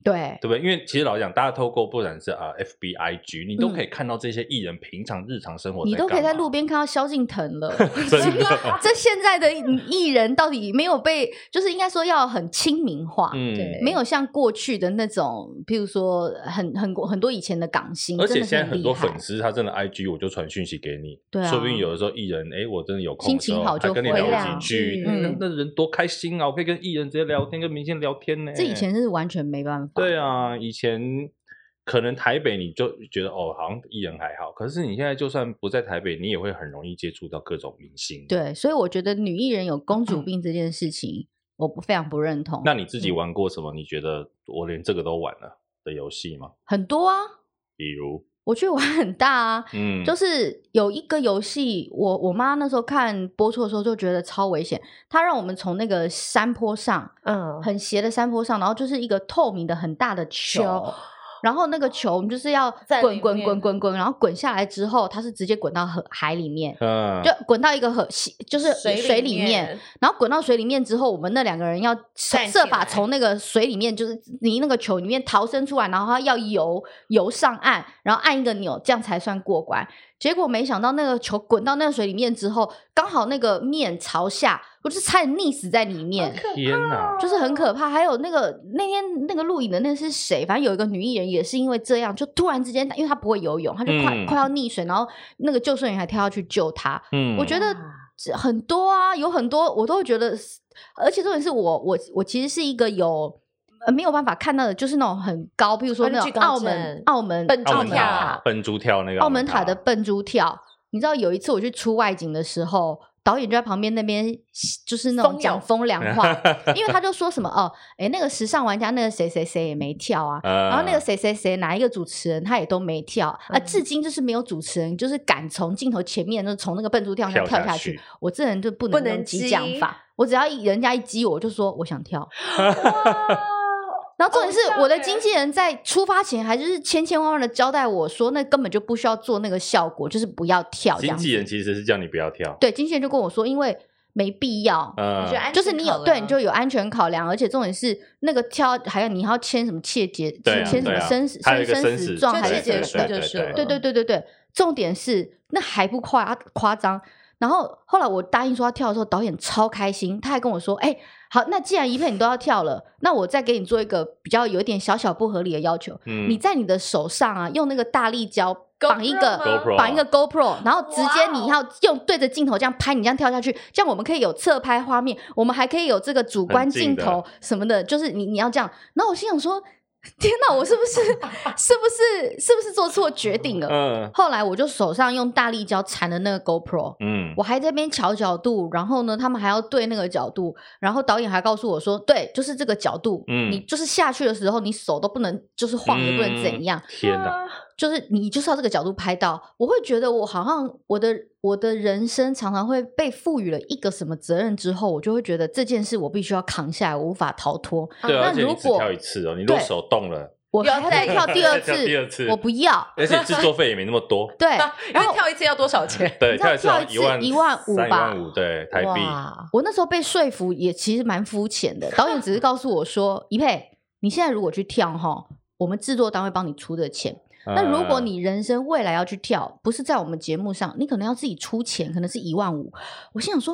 对不对？因为其实老实讲，大家透过不管是FB、IG， 你都可以看到这些艺人平常日常生活， 你都可以在路边看到萧敬腾了。 真的， 这现在的艺人到底没有被，就是应该说要很亲民化，对，没有像过去的那种，譬如说很多以前的港星， 而且现在很多粉丝他真的 IG 我就传讯息给你， 对啊， 说不定有的时候艺人我真的有空心情好就跟你聊几句，那人多开心啊！我可以跟艺人直接聊天，跟明星聊天呢。 这以前是完全没办法。 对啊，以前可能台北你就觉得好像艺人还好，可是你现在就算不在台北，你也会很容易接触到各种明星。 对，所以我觉得女艺人有公主病这件事情，我非常不认同。 那你自己玩过什么？你觉得我连这个都玩了的游戏吗？ 很多啊， 比如我去玩很大啊，就是有一个游戏，我妈那时候看播出的时候就觉得超危险，她让我们从那个山坡上，很斜的山坡上，然后就是一个透明的很大的球。然后那个球我们就是要滚，然后滚下来之后，它是直接滚到海里面，就滚到一个就是水里面，然后滚到水里面之后，我们那2个人要设法从那个水里面，就是离那个球里面逃生出来，然后要游上岸，然后按一个钮，这样才算过关。结果没想到那个球滚到那个水里面之后，刚好那个面朝下，我就差点溺死在里面。 天哪， 就是很可怕。还有那天那个录影的那是谁？反正有一个女艺人也是因为这样，就突然之间，因为她不会游泳，她就快要溺水，然后那个救生员还跳下去救她。我觉得很多啊，有很多我都会觉得，而且重点是我其实是一个没有办法看到的，就是那种很高，比如说那种澳门笨猪跳那个澳门塔的笨猪跳。你知道有一次我去出外景的时候，导演就在旁边那边就是那种讲风凉话，因为他就说什么那个时尚玩家那个谁谁谁也没跳啊，然后那个谁谁谁哪一个主持人他也都没跳至今就是没有主持人就是敢从镜头前面从那个笨猪跳上跳下去。我这人就不能用激将法，我只要人家一激我就说我想跳。然后重点是我的经纪人在出发前还就是千万的交代我说，那根本就不需要做那个效果，就是不要跳这样子。 经纪人其实是叫你不要跳， 对，经纪人就跟我说，因为没必要，就是你你就有安全考量，而且重点是那个跳还有你要签什么签什么生死状还是什么的，对，重点是那还不夸张。然后后来我答应说要跳的时候，导演超开心，他还跟我说好，那既然一配你都要跳了，那我再给你做一个比较有一点小不合理的要求，你在你的手上用那个大力胶绑一个 GoPro， 然后直接你要用对着镜头这样拍，你这样跳下去，这样我们可以有侧拍画面，我们还可以有这个主观镜头什么的，就是你要这样。然后我心想说，天哪，我是不是做错决定了？后来我就手上用大力胶缠了那个 GoPro，我还在那边调角度，然后呢，他们还要对那个角度，然后导演还告诉我说，对，就是这个角度，你就是下去的时候，你手都不能就是晃，也不能怎样。 天哪！ 就是你就是要这个角度拍到，我会觉得我好像我的人生常常会被赋予了一个什么责任之后，我就会觉得这件事我必须要扛下来，我无法逃脱。 对，而且你只跳一次你如果手动了， 我还要再跳第二次，我不要， 而且制作费也没那么多。 对， 然后跳一次要多少钱？ 对，跳一次 15000吧 ，15000，对，台币。 我那时候被说服也其实蛮肤浅的，导演只是告诉我说，一佩，你现在如果去跳我们制作单位帮你出的钱。那如果你人生未来要去跳，不是在我们节目上，你可能要自己出钱，可能是15000。我心想说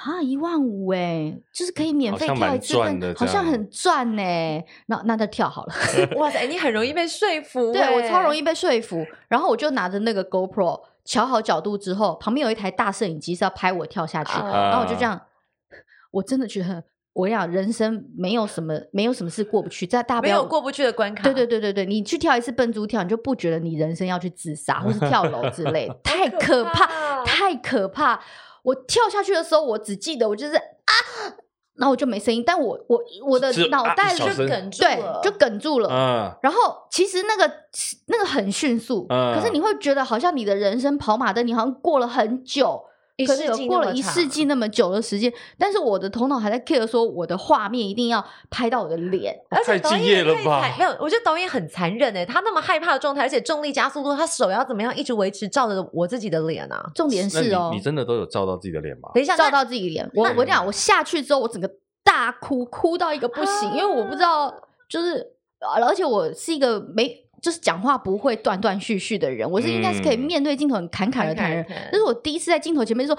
15000就是可以免费跳一次，好像很赚那就跳好了。 哇塞，你很容易被说服。 对，我超容易被说服。然后我就拿着那个 GoPro 调好角度之后，旁边有一台大摄影机是要拍我跳下去，然后我就这样，我真的觉得。我想人生没有什么事过不去，在大不了没有过不去的关卡。 对，你去跳一次笨猪跳，你就不觉得你人生要去自杀或是跳楼之类的，太可怕。我跳下去的时候，我只记得我就是然后我就没声音，但我的脑袋就哽住了，就哽住了。然后其实那个很迅速，可是你会觉得好像你的人生跑马灯，你好像过了很久。可是有过了1世纪那么久的时间，但是我的头脑还在 care 说我的画面一定要拍到我的脸， 而且太敬业了吧？ 没有，我觉得导演很残忍他那么害怕的状态，而且重力加速度，他手要怎么样一直维持照着我自己的脸啊？ 重点是你真的都有照到自己的脸吗？ 等一下，照到自己脸，我讲，我下去之后，我整个大哭到一个不行，因为我不知道，就是而且我是一个就是讲话不会断断续续的人，我是应该是可以面对镜头很侃侃而谈的人。但是我第一次在镜头前面说，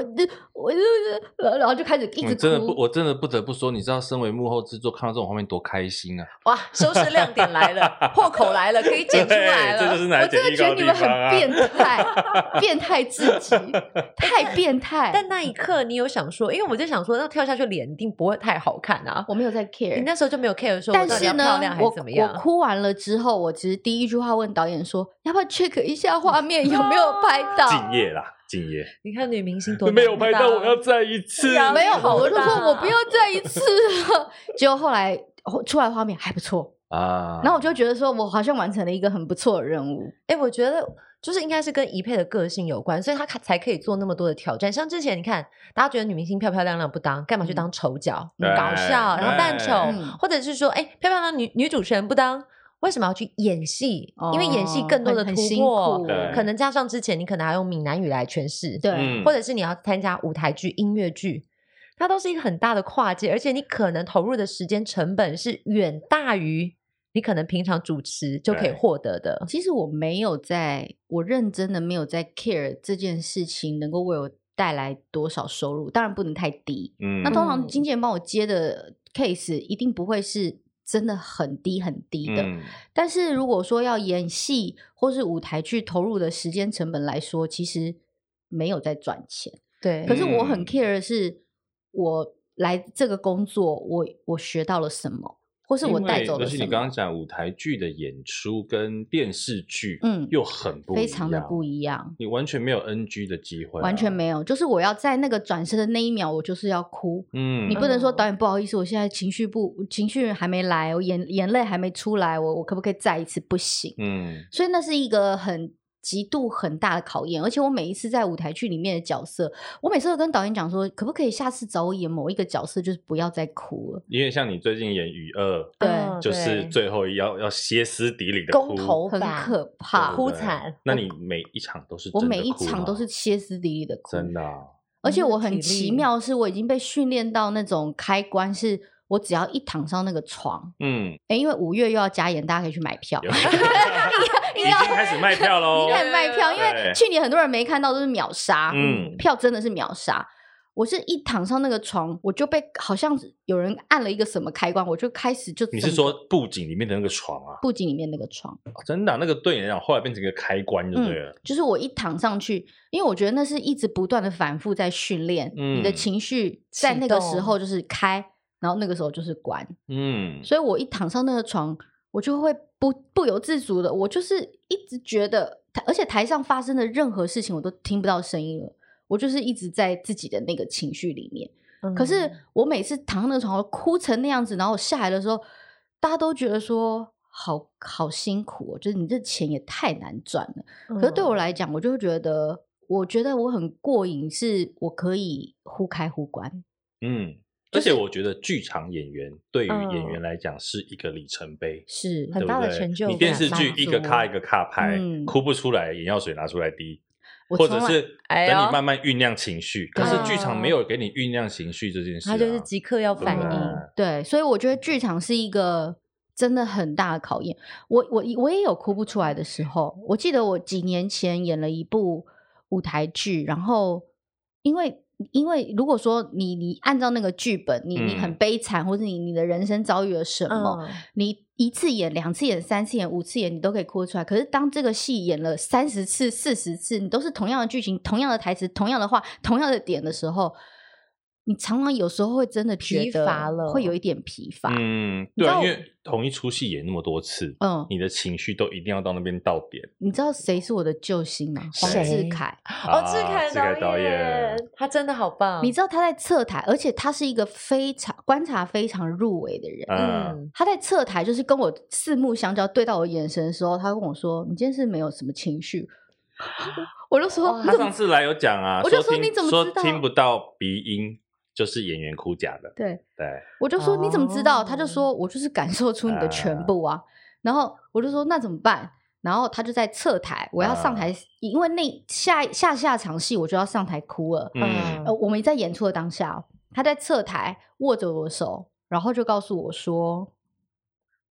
然后就开始一直哭。 我真的不得不说，你知道，身为幕后制作，看到这种画面多开心啊！ 哇，收视亮点来了，破口来了，可以剪出来了。 这就是我真的觉得你们很变态，变态至极，太变态。 但那一刻，你有想说，因为我在想说，那跳下去脸一定不会太好看啊。 我没有在 care， 你那时候就没有 care 说， 但是呢， 我哭完了之后，我其实第一句话问导演说，要不要 check 一下画面有没有拍到？ 敬业啦，敬业。 你看女明星多没有拍到，我要再一次。 没有，我就说我不要再一次了。结果后来出来画面还不错啊，然后我就觉得说我好像完成了一个很不错的任务。 我觉得就是应该是跟宜佩的个性有关，所以她才可以做那么多的挑战。像之前你看，大家觉得女明星漂漂亮亮不当，干嘛去当丑角、搞笑，然后扮丑，或者是说，漂漂亮亮女主持人不当。为什么要去演戏？因为演戏更多的突破，可能加上之前你可能还用闽南语来诠释， 对， 或者是你要参加舞台剧、音乐剧，它都是一个很大的跨界，而且你可能投入的时间成本是远大于你可能平常主持就可以获得的。 其实我认真的没有在 care 这件事情能够为我带来多少收入，当然不能太低。那通常经纪人帮我接的 case 一定不会是真的很低很低的，但是如果说要演戏或是舞台剧投入的时间成本来说，其实没有在赚钱。 对， 可是我很 care 的是我来这个工作我学到了什么，或是我带走了什么。 尤其你刚刚讲舞台剧的演出跟电视剧又很不一样， 非常的不一样， 你完全没有 NG 的机会完全没有，就是我要在那个转身的那一秒我就是要哭。你不能说导演不好意思，我现在情绪还没来，我眼泪还没出来，我可不可以再一次？不行。所以那是一个极度很大的考验，而且我每一次在舞台剧里面的角色，我每次都跟导演讲说，可不可以下次找我演某一个角色，就是不要再哭了。 因为像你最近演雨二， 对， 就是最后要歇斯底里的哭， 公头很可怕， 哭惨。 那你每一场都是真的哭吗？ 我每一场都是歇斯底里的哭， 真的。 而且我很奇妙，是我已经被训练到那种开关是。我只要一躺上那个床，因为5月又要加演，大家可以去买票。 已经开始卖票喽， 已经开始卖票，因为去年很多人没看到，都是秒杀，票真的是秒杀。我是一躺上那个床，我就被好像有人按了一个什么开关，我就开始就。 你是说布景里面的那个床啊？ 布景里面那个床， 真的那个对你来讲，后来变成一个开关就对了。 就是我一躺上去，因为我觉得那是一直不断的反复在训练，你的情绪在那个时候就是开。然后那个时候就是关，所以我一躺上那个床，我就会不由自主的，我就是一直觉得，而且台上发生的任何事情我都听不到声音了，我就是一直在自己的那个情绪里面。可是我每次躺上那个床，我哭成那样子，然后我下来的时候，大家都觉得说好辛苦哦，就是你这钱也太难赚了。可是对我来讲，我就会觉得我很过瘾，是我可以忽开忽关。 而且我觉得剧场演员对于演员来讲是一个里程碑， 是很大的成就。 你电视剧一个卡一个卡拍，哭不出来，眼药水拿出来滴，或者是等你慢慢酝酿情绪。可是剧场没有给你酝酿情绪这件事， 它就是即刻要反应。 对，所以我觉得剧场是一个真的很大的考验。我也有哭不出来的时候。我记得我几年前演了一部舞台剧，然后因为如果说你按照那个剧本，你很悲惨，或者你的人生遭遇了什么，你1次演、2次演、3次演、5次演，你都可以哭出来。可是当这个戏演了30次、40次，你都是同样的剧情、同样的台词、同样的话、同样的点的时候，你常常有时候会真的疲乏了， 会有一点疲乏。 对啊，因为同一出戏演那么多次，你的情绪都一定要到那边到点。 你知道谁是我的救星吗？黄志凯。 志凯导演，他真的好棒。 你知道他在侧台，而且他是一个观察非常入微的人。他在侧台就是跟我四目相交，对到我眼神的时候，他跟我说：“你今天是没有什么情绪。”我就说：“ 他上次来有讲啊， 我就说你怎么知道？ 说听不到鼻音。”就是演员哭假的， 对，我就说你怎么知道？他就说我就是感受出你的全部啊。然后我就说那怎么办？然后他就在侧台，我要上台，因为那下场戏我就要上台哭了。我们在演出的当下，他在侧台握着我的手，然后就告诉我说：“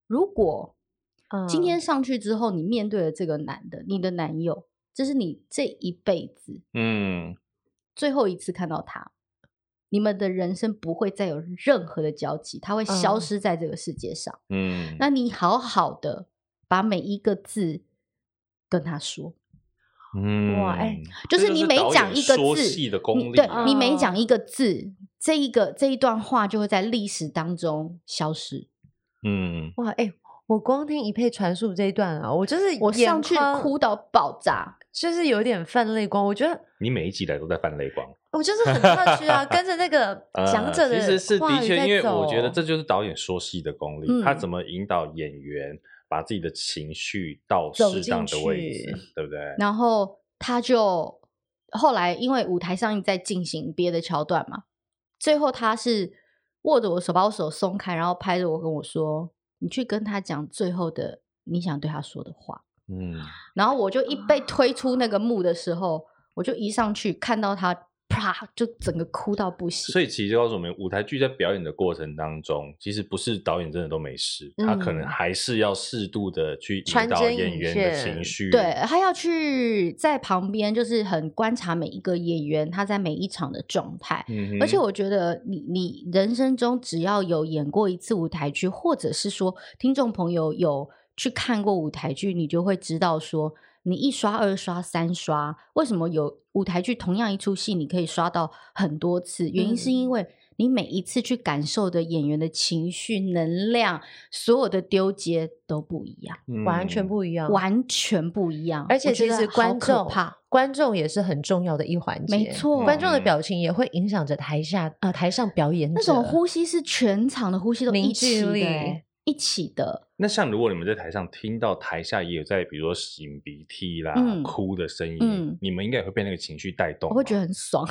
如果今天上去之后，你面对了这个男的，你的男友，这是你这一辈子最后一次看到他，你们的人生不会再有任何的交集，他会消失在这个世界上。那你好好的把每一个字跟他说。 哇， 就是你每讲一个字，对，你每讲一个字，这一段话就会在历史当中消失。 哇，我光听一佩传述这一段啊，我上去哭到爆炸， 就是有点泛泪光。我觉得你每一集来都在泛泪光， 我就是很特需啊，跟着那个讲者的其实是的确，因为我觉得这就是导演说戏的功力，他怎么引导演员把自己的情绪到适当的位置，对不对？ 然后他就后来因为舞台上在进行别的桥段嘛，最后他是握着我手，把我手松开，然后拍着我跟我说：“你去跟他讲最后的你想对他说的话。”然后我就一被推出那个幕的时候，我就一上去看到他。啪！就整个哭到不行。 所以其实告诉我们，舞台剧在表演的过程当中，其实不是导演真的都没事，他可能还是要适度的去引导演员的情绪。 对，他要去在旁边，就是很观察每一个演员他在每一场的状态。而且我觉得你人生中只要有演过一次舞台剧，或者是说听众朋友有去看过舞台剧，你就会知道说。你1刷2刷3刷，为什么有舞台剧同样一出戏你可以刷到很多次？原因是因为你每一次去感受的演员的情绪能量，所有的丢接都不一样， 完全不一样， 完全不一样。 而且其实观众也是很重要的一环节， 没错， 观众的表情也会影响着台上表演者。 那种呼吸是全场的呼吸都一起的。 那像如果你们在台上听到台下也有在比如说擤鼻涕啦、哭的声音，你们应该也会被那个情绪带动， 我会觉得很爽。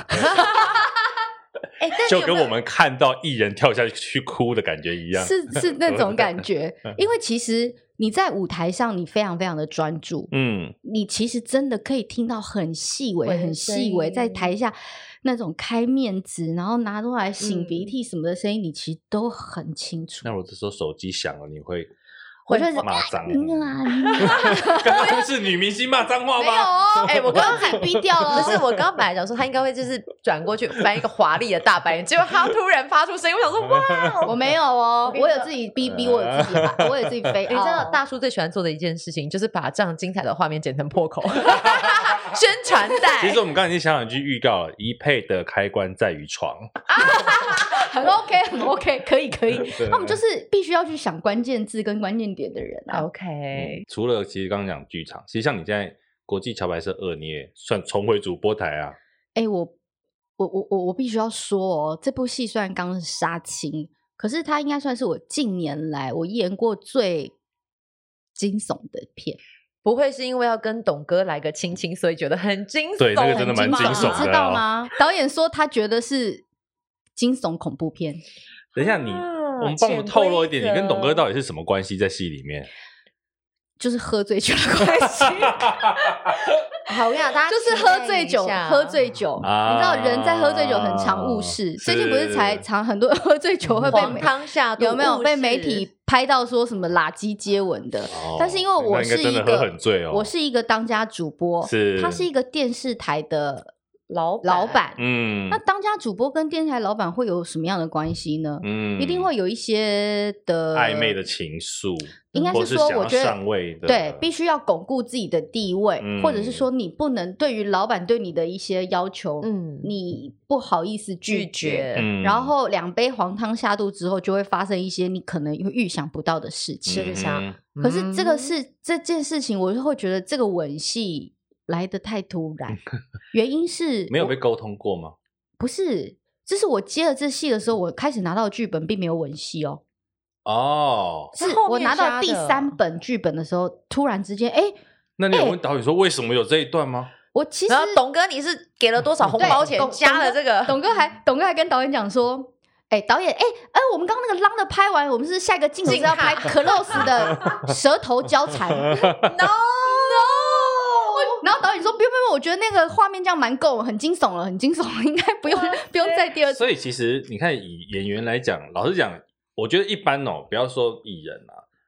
就跟我们看到艺人跳下去哭的感觉一样， 是那种感觉。因为其实你在舞台上你非常非常的专注，你其实真的可以听到很细微很细微，在台下那种开面子然后拿出来擤鼻涕什么的声音，你其实都很清楚。 那我这时候手机响了，你会骂脏话？ 刚刚是女明星骂脏话吗？ 没有哦，我刚刚还逼掉了。 不是，我刚刚本来想说他应该会就是转过去翻一个华丽的大白眼，结果他突然发出声音，我想说哇， 我没有哦，我有自己逼，我有自己喊，我有自己飞。 你知道大叔最喜欢做的一件事情，就是把这样精彩的画面剪成破口。宣传带。 其实我们刚才已经想已经预告了，一佩的开关在于床。 很 OK， 很 OK， 可以。那我们就是必须要去想关键字跟关键点的人啊。 OK， 除了其实刚刚讲剧场，其实像你现在国际桥牌社2，你也算重回主播台啊。 我必须要说哦，这部戏虽然刚是杀青，可是它应该算是我近年来我演过最惊悚的片。 不会是因为要跟董哥来个亲亲，所以觉得很惊悚？ 对，那个真的蛮惊悚的， 你知道吗？导演说他觉得是惊悚恐怖片。 等一下我们帮我们透露一点，你跟董哥到底是什么关系在戏里面？ 就是喝醉酒的关系。 好，我跟你讲，大家就是喝醉酒，你知道人在喝醉酒很常误事。最近不是才常很多喝醉酒会被黄汤下肚， 有没有被媒体拍到说什么垃圾接吻的？但是因为我是一个很醉哦， 我是一个当家主播，他是一个电视台的老板，那当家主播跟电视台老板会有什么样的关系呢？一定会有一些的暧昧的情愫， 应该是说我觉得上位的， 对，必须要巩固自己的地位，或者是说你不能对于老板对你的一些要求，你不好意思拒绝，然后2杯黄汤下肚之后，就会发生一些你可能会预想不到的事情。可是这件事情，我就会觉得这个吻戏来得太突然，原因是没有被沟通过吗？ 不是，这是我接了这戏的时候，我开始拿到剧本并没有吻戏哦。是我拿到第3本剧本的时候，突然之间， 那你有问导演说为什么有这一段吗？ 我其实， 然后董哥你是给了多少红包钱加了这个？ 董哥还跟导演讲说，导演，我们刚刚那个浪的拍完，我们是下一个镜头是要拍 close 的舌头交缠。No。然后导演说不用，我觉得那个画面这样蛮够，很惊悚了，应该不用再第2次。 所以其实你看，以演员来讲，老实讲，我觉得一般不要说艺人啊，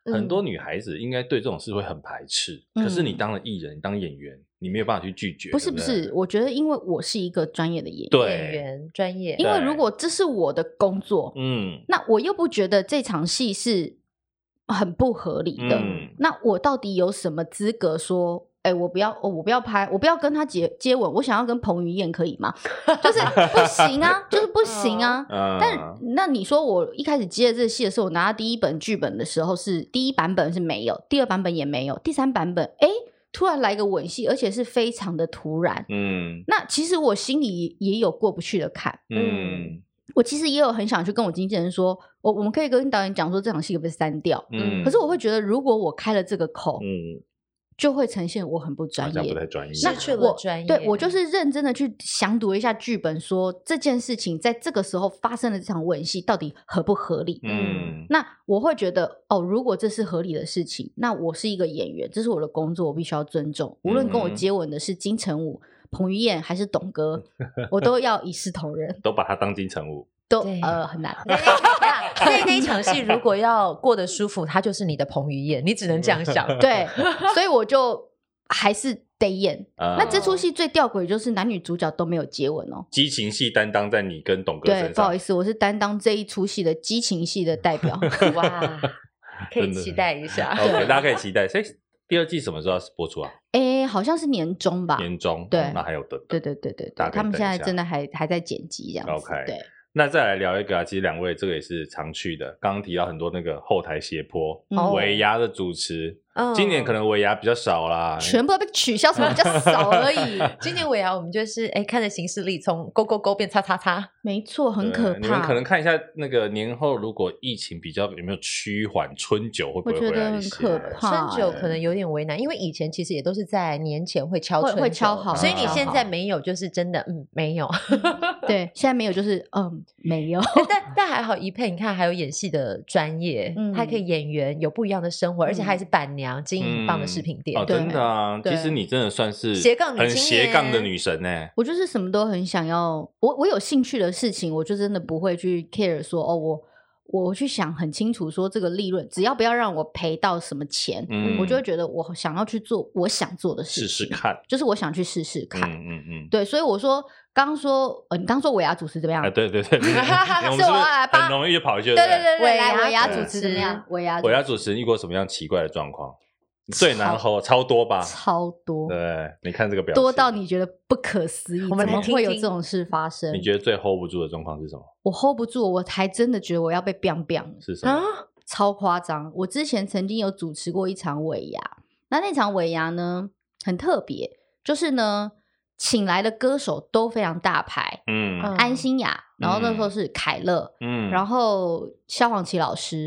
很多女孩子应该对这种事会很排斥，可是你当了艺人，你当演员，你没有办法去拒绝。 不是，我觉得因为我是一个专业的演员，专业。 因为如果这是我的工作，那我又不觉得这场戏是很不合理的，那我到底有什么资格说？我不要拍，我不要跟他接吻，我想要跟彭于晏可以吗？就是不行啊，就是不行啊。但那你说我一开始接这个戏的时候，我拿到第一本剧本的时候是第一版本是没有，第二版本也没有，第三版本突然来个吻戏，而且是非常的突然。那其实我心里也有过不去的坎。我其实也有很想去跟我经纪人说，我们可以跟导演讲说这场戏可不可以删掉。可是我会觉得，如果我开了这个口，就会呈现我很不专业， 不太专业。 失去了专业。 对，我就是认真的去详读一下剧本，说这件事情在这个时候发生的这场吻戏到底合不合理。那我会觉得如果这是合理的事情，那我是一个演员，这是我的工作，我必须要尊重。无论跟我接吻的是金城武、彭于晏还是董哥，我都要一视同仁， 都把他当金城武。 都很难。 所以那一场戏如果要过得舒服，他就是你的彭于晏，你只能这样想。 对，所以我就还是得演。那这出戏最吊诡就是男女主角都没有接吻哦。 激情戏担当在你跟董哥身上。 对，不好意思，我是担当这一出戏的激情戏的代表。 哇，可以期待一下。 OK， 大家可以期待。所以第二季什么时候要播出啊？ 好像是年中吧。 年中， 对， 那还有的。 对，他们现在真的还在剪辑这样子。 OK， 对。 那再来聊一个其实两位这个也是常去的，刚刚提到很多那个后台斜坡，尾牙的主持，今年可能尾牙比较少啦， 全部都被取消，什么比较少而已。 今年尾牙我们就是看着行事历从勾勾勾变叉叉叉， 没错，很可怕。 你们可能看一下那个年后如果疫情比较有没有趋缓，春酒会不会回来一些？ 我觉得很可怕。 春酒可能有点为难，因为以前其实也都是在年前会敲春酒， 会敲好， 所以你现在没有就是真的没有。 对，现在没有就是没有。 但还好一佩，你看还有演戏的专业，他可以演员有不一样的生活，而且还是伴娘，经营很棒的饰品店。 真的啊，其实你真的算是很斜杠的女神欸。 我就是什么都很想要，我有兴趣的事情，我就真的不会去 care 说我去想很清楚说这个利润，只要不要让我赔到什么钱，我就会觉得我想要去做我想做的事情， 试试看， 就是我想去试试看。对，所以我说你刚说尾牙主持怎么样？ 对，是我很容易就跑回去。 对，尾牙主持怎么样？尾牙主持遇过什么样奇怪的状况？最难吼超多吧？ 超多。 对，你看这个表情多到你觉得不可思议，怎么会有这种事发生？ 你觉得最 hold 不住的状况是什么？ 我 hold 不住，我还真的觉得我要被 biang biang 是什么？ 超夸张！我之前曾经有主持过一场尾牙，那场尾牙呢很特别，就是呢请来的歌手都非常大牌，安心亚，然后那时候是凯乐，然后萧煌奇老师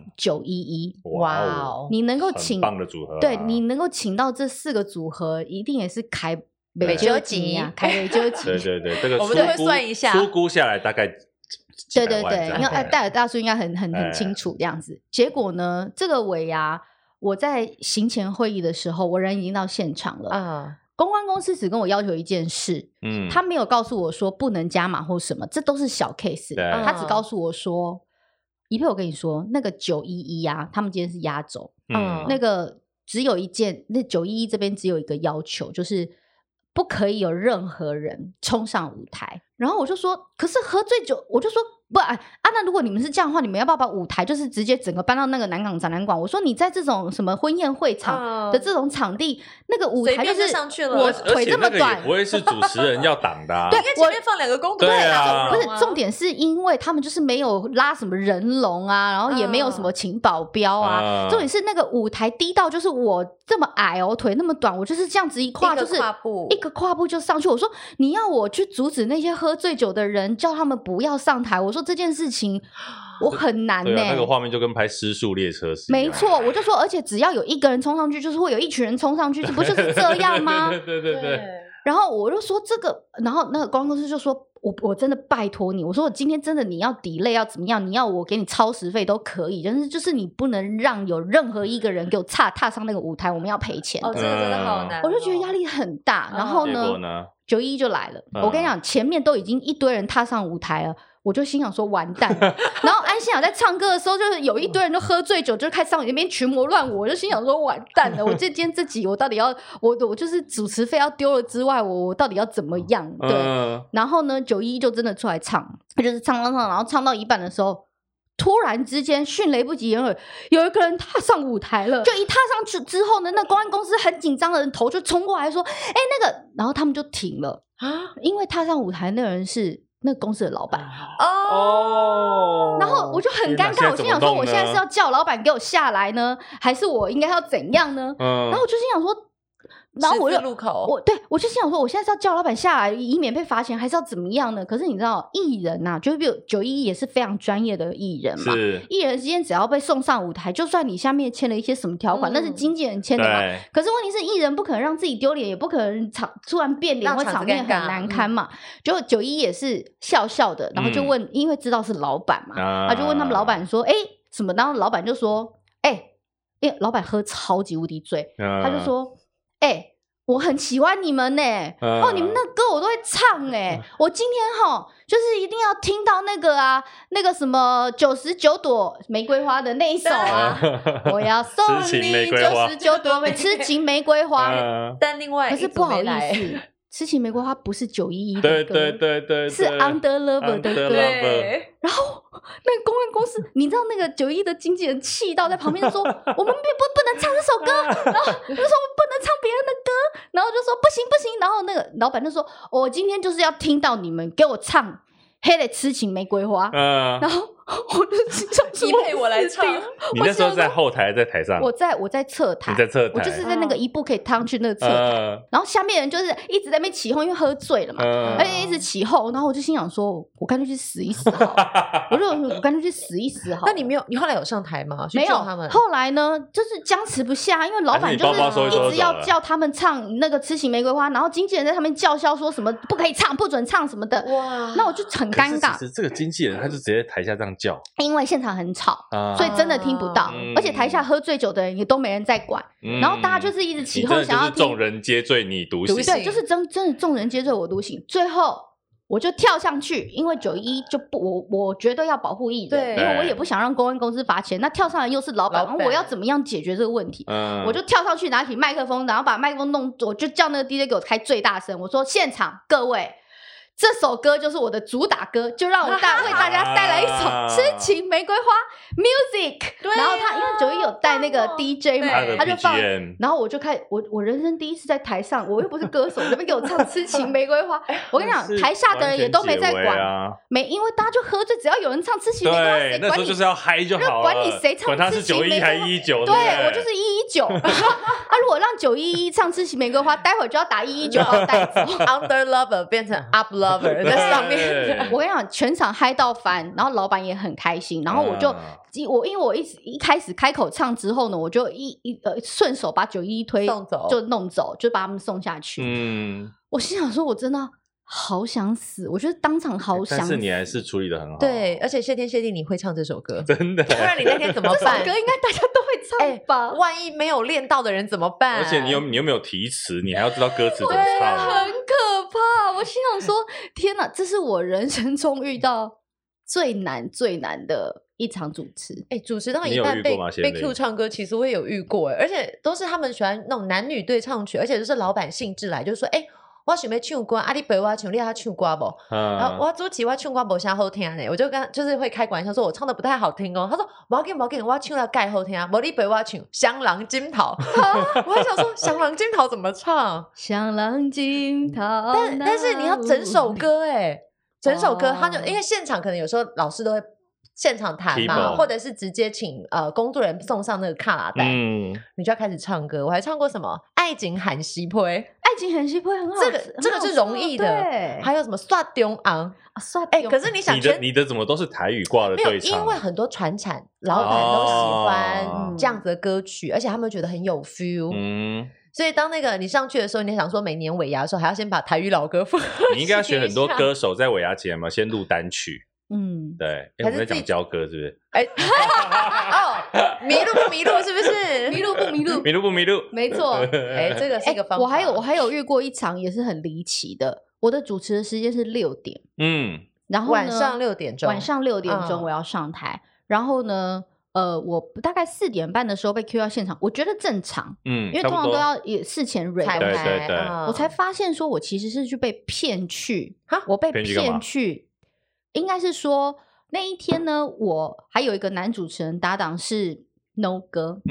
，911， 哇哦， 你能够请很棒的组合， 对，你能够请到这4个组合，一定也是开美酒集啊，开美酒集， 对，这个我们都会算一下， 初估下来大概对，因为戴尔大叔应该很清楚这样子。结果呢，这个尾牙我在行前会议的时候，我人已经到现场了公关公司只跟我要求一件事，他没有告诉我说不能加码或什么，这都是小 case，他只告诉我说，一佩我跟你说，那个911啊，他们今天是压轴，那个只有一件，那911这边只有一个要求，就是不可以有任何人冲上舞台。然后我就说，可是喝醉酒，我就说不那如果你们是这样的话，你们要不要把舞台就是直接整个搬到那个南港展览馆？我说你在这种什么婚宴会场的这种场地，那个舞台就是上去了， 我腿这么短， 也不会是主持人要挡的。 对， 前面放2个工读生， 不是重点，是因为他们就是没有拉什么人龙啊，然后也没有什么请保镖啊。重点是那个舞台低到就是我这么矮腿那么短，我就是这样子一跨，就是一个跨步就上去。我说你要我去阻止那些喝醉酒的人，叫他们不要上台。我说这件事情我很难对那个画面就跟拍失速列车似的。 没错，我就说，而且只要有一个人冲上去，就是会有一群人冲上去，不就是这样吗？ 对。 然后我就说这个，然后那个公关公司就说，我真的拜托你，我说我今天真的你要 delay 要怎么样，你要我给你超时费都可以，但是就是你不能让有任何一个人给我踏上那个舞台，我们要赔钱。 这个真的好难， 我就觉得压力很大。然后呢，911就来了。我跟你讲，前面都已经一堆人踏上舞台了， 我就心想说完蛋然后安心亚在唱歌的时候，就是有一堆人都喝醉酒，就开始上那边群魔乱舞，我就心想说完蛋了，我今天这集我到底要我就是主持费要丢了之外，我到底要怎么样？对，然后呢，911就真的出来唱，他就是唱，然后唱到一半的时候，突然之间迅雷不及掩耳，有一个人踏上舞台了，就一踏上去之后呢，那公安公司很紧张的人头就冲过来说：“哎，那个。”然后他们就停了因为踏上舞台那个人是那个公司的老板然后我就很尴尬，我心想说，我现在是要叫老板给我下来呢，还是我应该要怎样呢？然后我就心想说。然后我就我就心想说，我现在是要叫老板下来以免被罚钱，还是要怎么样呢？可是你知道艺人啊，就是911也是非常专业的艺人嘛，艺人之间只要被送上舞台，就算你下面签了一些什么条款那是经纪人签的嘛，可是问题是艺人不可能让自己丢脸，也不可能突然变脸或场面很难堪嘛。就911也是笑笑的，然后就问因为知道是老板嘛，他就问他们老板说什么，然后老板就说老板喝超级无敌醉，他就说我很喜欢你们呢你们那歌我都会唱我今天就是一定要听到那个什么99朵玫瑰花的那一首我要送你99朵痴情玫瑰花但另外可是不好意思痴情玫瑰花不是911的歌， 对是 Under Lover 的歌。然后那个公关公司，你知道那个911的经纪人气到在旁边说：“我们不能唱这首歌。”然后就说：“我们不能唱别人的歌。”然后就说：“不行不行。”然后那个老板就说：“我今天就是要听到你们给我唱黑的痴情玫瑰花。”然后我就说你配我来唱。 你那时候在后台在台上？ 我在侧台。 你在侧台？ 我就是在那个一步可以趟去那个侧台，然后下面人就是一直在那边起哄，因为喝醉了嘛，而且一直起哄，然后我就心想说，我干脆去死一死好了。我干脆去死一死好了。 那你后来有上台吗？ 没有，后来呢，就是僵持不下，因为老板就是一直要叫他们唱那个痴情玫瑰花，然后经纪人在他们叫嚣说什么不可以唱，不准唱什么的。哇，那我就很尴尬。 其实这个经纪人他就直接台下这样叫， 因为现场很吵，所以真的听不到，而且台下喝醉酒的人也都没人在管，然后大家就是一直起哄，想要听。 众人皆醉你独醒， 对，就是真的众人皆醉我独醒。最后我就跳上去，因为911就我绝对要保护艺人，因为我也不想让公关公司罚钱。那跳上来又是老板，然后我要怎么样解决这个问题？我就跳上去拿起麦克风，然后把麦克风我就叫那个 DJ 给我开最大声，我说：“现场各位。”这首歌就是我的主打歌，就让我为大家带来一首《痴情玫瑰花》Music。然后他因为911有带那个 DJ 嘛，他就放，然后我就开始我人生第一次在台上，我又不是歌手，这边给我唱《痴情玫瑰花》。我跟你讲，台下的人也都没在管，因为大家就喝醉，只要有人唱《痴情玫瑰花》，谁管你？ 那时候就是要嗨就好了， 管你谁唱《痴情玫瑰花》， 管他是911还119， 对我就是119。他如果让911唱《痴情玫瑰花》，待会儿就要打119把我带走。 Under Lover 变成 Up Lover 在上面。 我跟你讲，全场嗨到翻，然后老板也很开心，然后因为我一开始开口唱之后呢，我就顺手把911推送走， 就弄走，就把他们送下去。我心想说，我真的好想死，我觉得当场好想死。 但是你还是处理得很好。 对，而且谢天谢地你会唱这首歌， 真的。 不然你那天怎么办？ 这首歌应该大家都会唱吧？ 万一没有练到的人怎么办？ 而且你有没有提词？你还要知道歌词怎么唱， 很可怕。我心想说，天哪，这是我人生中遇到最难的一场主持。 主持到一半被 Q 唱歌，其实我也有遇过，而且都是他们喜欢那种男女对唱曲，而且就是老板兴致来，就是说我想要唱歌，你陪我唱，你要唱歌不？然后我主持我唱歌不啥好听呢，我就是会开玩笑说我唱的不太好听哦。他说不要紧，我唱的盖好听啊，无你陪我唱《香囊金桃》。我还想说《香囊金桃》怎么唱？ 香囊金桃， 但是你要整首歌整首歌，他就因为现场可能有时候老师都会现场弹嘛，或者是直接请工作人员送上那个卡拉带，你就要开始唱歌。我还唱过什么《爱情喊西配》， 爱情喊西配很好， 这个是容易的。还有什么刷中昂可是你想你的怎么都是台语挂的对唱？ 因为很多传产老板都喜欢这样子的歌曲，而且他们觉得很有 feel。所以当那个你上去的时候，你想说每年尾牙的时候还要先把台语老歌放， 你应该要学很多歌手在尾牙前嘛，先录单曲。对，我们在讲教歌是不是？ 迷路不迷路是不是？ 迷路不迷路？ 迷路不迷路？ 没错。 这个是一个方法。 我还有遇过一场也是很离奇的，我的主持的时间是6点。 然后呢晚上6点钟我要上台，然后呢我大概4点半的时候被 Q 到现场，我觉得正常，因为通常都要事前 read 对， 我才发现说我其实是去被骗去，我被骗去，应该是说那一天呢，我还有一个男主持人搭档是 No 哥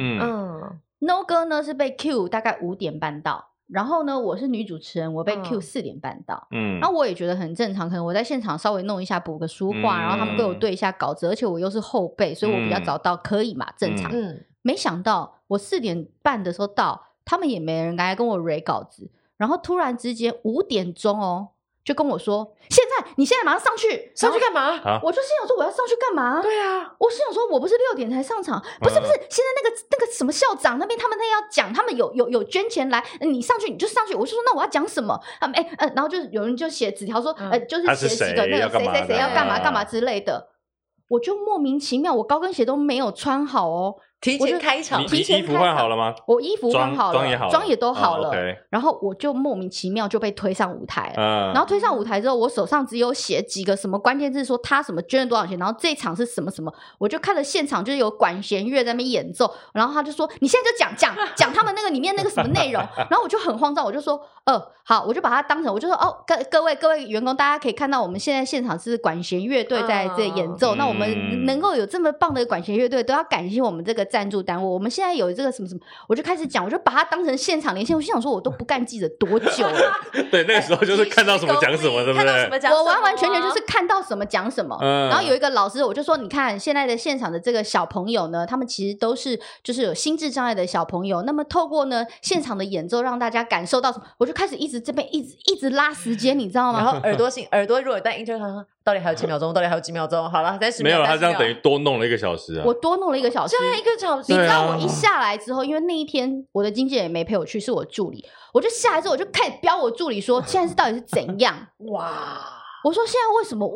，No 哥呢是被 Q 大概5点半到。然后呢，我是女主持人，我被 Q 4点半到，然后我也觉得很正常，可能我在现场稍微弄一下，补个书画，然后他们给我对一下稿子，而且我又是后辈，所以我比较早到，可以嘛，正常。没想到我4点半的时候到，他们也没人来跟我 read 稿子，然后突然之间5点钟就跟我说，你现在马上上去干嘛？ 我就心想说我要上去干嘛？ 对啊， 我心想说我不是6点才上场，不是，现在那个什么校长那边他们那要讲，他们有捐钱来，你上去你就上去，我就说那我要讲什么？然后就有人就写纸条说，就是写几个那个谁要干嘛干嘛之类的，我就莫名其妙，我高跟鞋都没有穿好提前开场， 你衣服换好了吗？ 我衣服换好了，妆也都好了，然后我就莫名其妙就被推上舞台了。然后推上舞台之后，我手上只有写几个什么关键字，说他什么捐了多少钱，然后这一场是什么什么，我就看了现场就是有管弦乐在那边演奏，然后他就说你现在就讲他们那个里面那个什么内容，然后我就很慌张，我就说好，我就把它当成我就说各位员工，大家可以看到我们现在现场是管弦乐队在这演奏，那我们能够有这么棒的管弦乐队，都要感谢我们这个赞助单位，我们现在有这个什么什么，我就开始讲，我就把它当成现场连线。我心想说，我都不干记者多久了？ 对，那个时候就是看到什么讲什么，对不对？ 我完完全全就是看到什么讲什么。然后有一个老师，我就说，你看现在的现场的这个小朋友呢，他们其实都是就是有心智障碍的小朋友。那么透过呢现场的演奏，让大家感受到什么？我就开始这边一直拉时间，你知道吗？ 然后耳朵如果在音就到底还有几秒钟？到底还有几秒钟？好了，30秒。 没有，他这样等于多弄了1个小时啊！ 我多弄了1个小时， 这样1个小时。 你知道我一下来之后，因为那一天我的经纪人也没陪我去，是我助理。我就下来之后，我就开始飙我助理说，现在是到底是怎样？哇！我说现在为什么？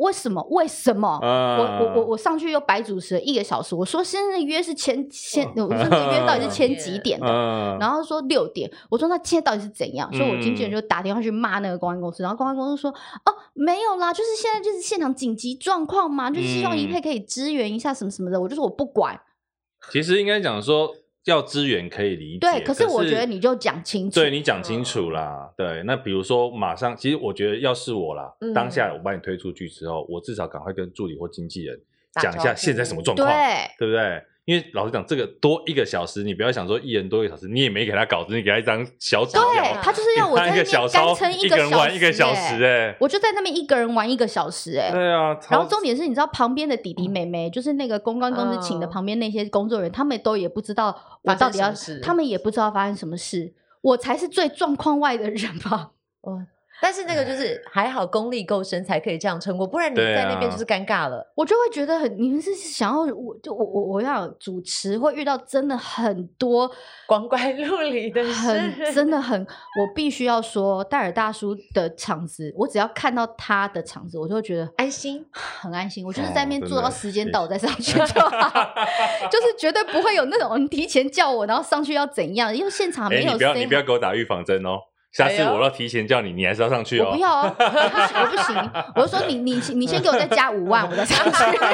我上去又白主持了1个小时。我说现在的约是我说那个约到底是签几点的？然后说6点。我说那现在到底是怎样？所以我经纪人就打电话去骂那个公关公司，然后公关公司说没有啦，就是现在就是现场紧急状况嘛，就是希望1Pay可以支援一下什么什么的。我就说我不管。 其实应该讲说。要支援可以理解， 对，可是我觉得你就讲清楚， 对你讲清楚啦，对，那比如说马上，其实我觉得要是我啦，当下我把你推出去之后，我至少赶快跟助理或经纪人讲一下现在什么状况，对不对？因为老实讲，这个多1个小时，你不要想说艺人多1个小时，你也没给他稿子，你给他一张小纸条， 对，他就是要我在那边干撑1个小时， 一个人玩1个小时， 我就在那边一个人玩1个小时， 对啊。 然后重点是，你知道旁边的弟弟妹妹，就是那个公关公司请的旁边那些工作人员，他们都也不知道我到底要，他们也不知道发生什么事，我才是最状况外的人吧。 但是那个就是还好功力够深才可以这样撑过，不然你在那边就是尴尬了。 我就会觉得你们是想要我要主持会遇到真的很多光怪陆离的事， 真的很，我必须要说戴尔大叔的场子，我只要看到他的场子，我就会觉得安心， 很安心。我就是在那边做到时间到我再上去就好，就是绝对不会有那种提前叫我然后上去要怎样，因为现场没有你不要给我打预防针哦。下次我要提前叫你，你还是要上去哦。 我不要啊，我不行。我就说你先给我再加5万，我再上去。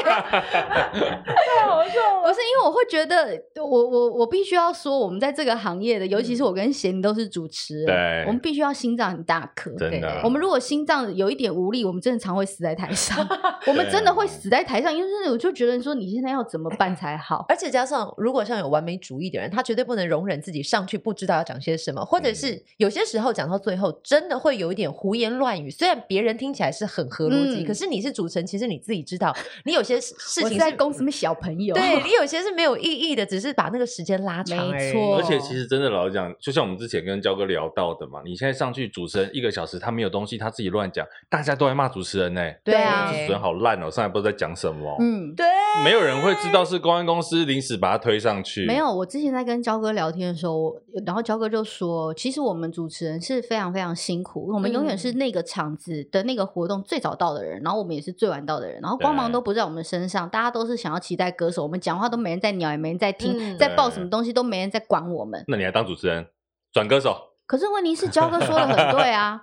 太好笑了。不是因为我会觉得，我必须要说，我们在这个行业的，尤其是我跟贤都是主持人， 对， 我们必须要心脏很大颗。 真的， 我们如果心脏有一点无力，我们真的常会死在台上。我们真的会死在台上，因为我就觉得说，你现在要怎么办才好？ 而且加上，如果像有完美主义的人，他绝对不能容忍自己上去不知道要讲些什么，或者是有些时候。讲到最后真的会有一点胡言乱语，虽然别人听起来是很合逻辑，可是你是主持人，其实你自己知道你有些事情是在攻什么小朋友， 对，你有些是没有意义的，只是把那个时间拉长而已。 没错， 而且其实真的老实讲，就像我们之前跟焦哥聊到的嘛，你现在上去主持人1个小时，他没有东西，他自己乱讲，大家都在骂主持人呢。 对啊， 主持人好烂哦，上来不知道在讲什么。 对， 没有人会知道是公关公司临时把他推上去。 没有，我之前在跟焦哥聊天的时候，然后焦哥就说，其实我们主持人是非常非常辛苦，我们永远是那个场子的那个活动最早到的人，然后我们也是最晚到的人，然后光芒都不在我们身上，大家都是想要期待歌手，我们讲话都没人在鸟，也没人在听，在报什么东西都没人在管我们。 那你还当主持人转歌手？ 可是问题是焦哥说的很对啊，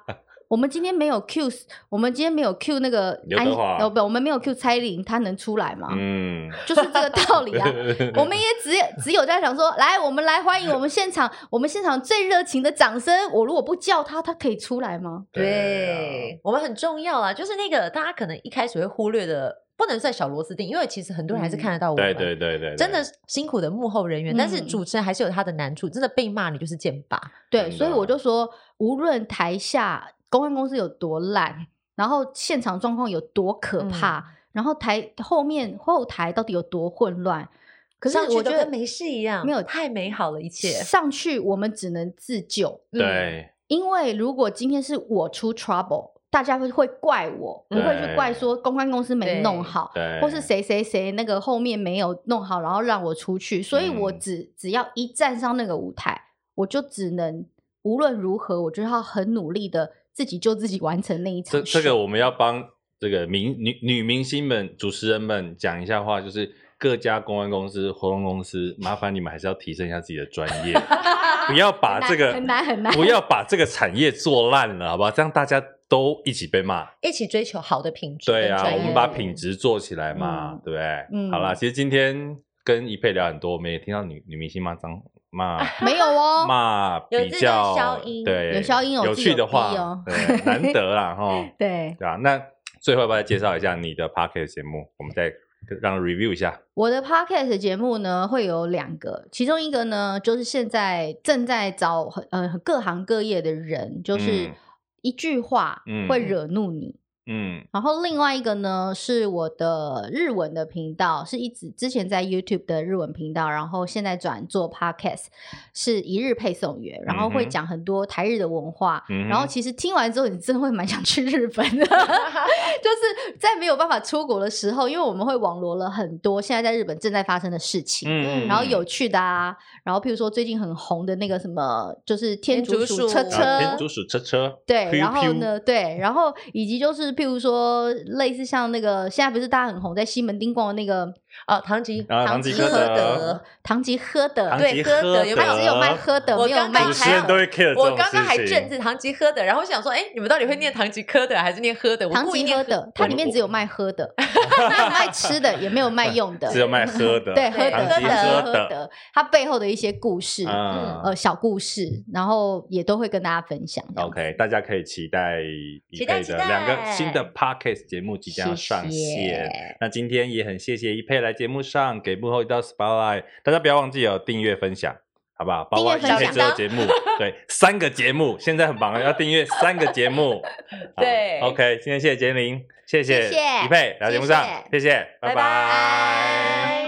我们今天没有 Q， 我们今天没有 Q 那个刘德华， 不，我们没有 Q 蔡依林，她能出来吗？就是这个道理啊。我们也只有在想说，来，我们来欢迎我们现场最热情的掌声。我如果不叫她，她可以出来吗？ 对，我们很重要啊，就是那个大家可能一开始会忽略的。不能算小螺丝钉，因为其实很多人还是看得到我们。 对， 真的辛苦的幕后人员，但是主持人还是有他的难处，真的被骂你就是剑拔。 对，所以我就说，无论台下公关公司有多烂，然后现场状况有多可怕，然后后台到底有多混乱，可是我觉得没事一样，没有太美好了一切。 上去我们只能自救， 对， 因为如果今天是我出 trouble。大家会怪我，不会去怪说公关公司没弄好，或是谁那个后面没有弄好，然后让我出去。所以我只要一站上那个舞台，我就只能无论如何，我就要很努力的自己就自己完成那一场。 这个我们要帮这个女明星们、主持人们讲一下话，就是各家公关公司、活动公司，麻烦你们还是要提升一下自己的专业，不要把这个很难， 不要把这个产业做烂了，好不好？这样大家都一起被骂， 一起追求好的品质。 对啊，我们把品质做起来嘛，对不对？好啦，其实今天跟一佩聊很多，我们也听到女明星骂没有哦， 骂比较消音， 对， 有消音有趣的话哦， 对，难得啦哈。 对啊，那最后要不要介绍一下你的 podcast 节目？我们再让 review 一下。 我的 podcast 节目呢会有2个，其中一个呢就是现在正在找各行各业的人，就是一句话会惹怒你。然后另外一个呢是我的日文的频道，是之前在 YouTube 的日文频道，然后现在转做 podcast， 是一日配送员，然后会讲很多台日的文化，然后其实听完之后你真的会蛮想去日本的，就是在没有办法出国的时候，因为我们会网罗了很多现在在日本正在发生的事情，然后有趣的啊，然后譬如说最近很红的那个什么，就是天竺鼠车车，对，然后呢，对，然后以及就是譬如说类似像那个现在不是大家很红在西门町逛的那个唐吉诃德， 对，喝德有没有？ 只有卖喝德，没有卖主持人都会 care 这种事情。 我刚刚还正字唐吉诃德，然后想说，你们到底会念唐吉诃德还是念喝德？ 唐吉诃德，它里面只有卖喝的，没有卖吃的，也没有卖用的， 只有卖喝的。 对，喝德，它背后的一些故事，小故事，然后也都会跟大家分享。 OK， 大家可以期待一佩的2个新的 podcast 节目即将上线。那今天也很谢谢一佩来节目上给幕后一道 spotlight， 大家不要忘记订阅分享，好不好？包括一佩之后节目，对，3个节目现在很棒，要订阅3个节目。 对 ，OK， 今天谢谢杰林，谢谢一佩来节目上，谢谢，拜拜。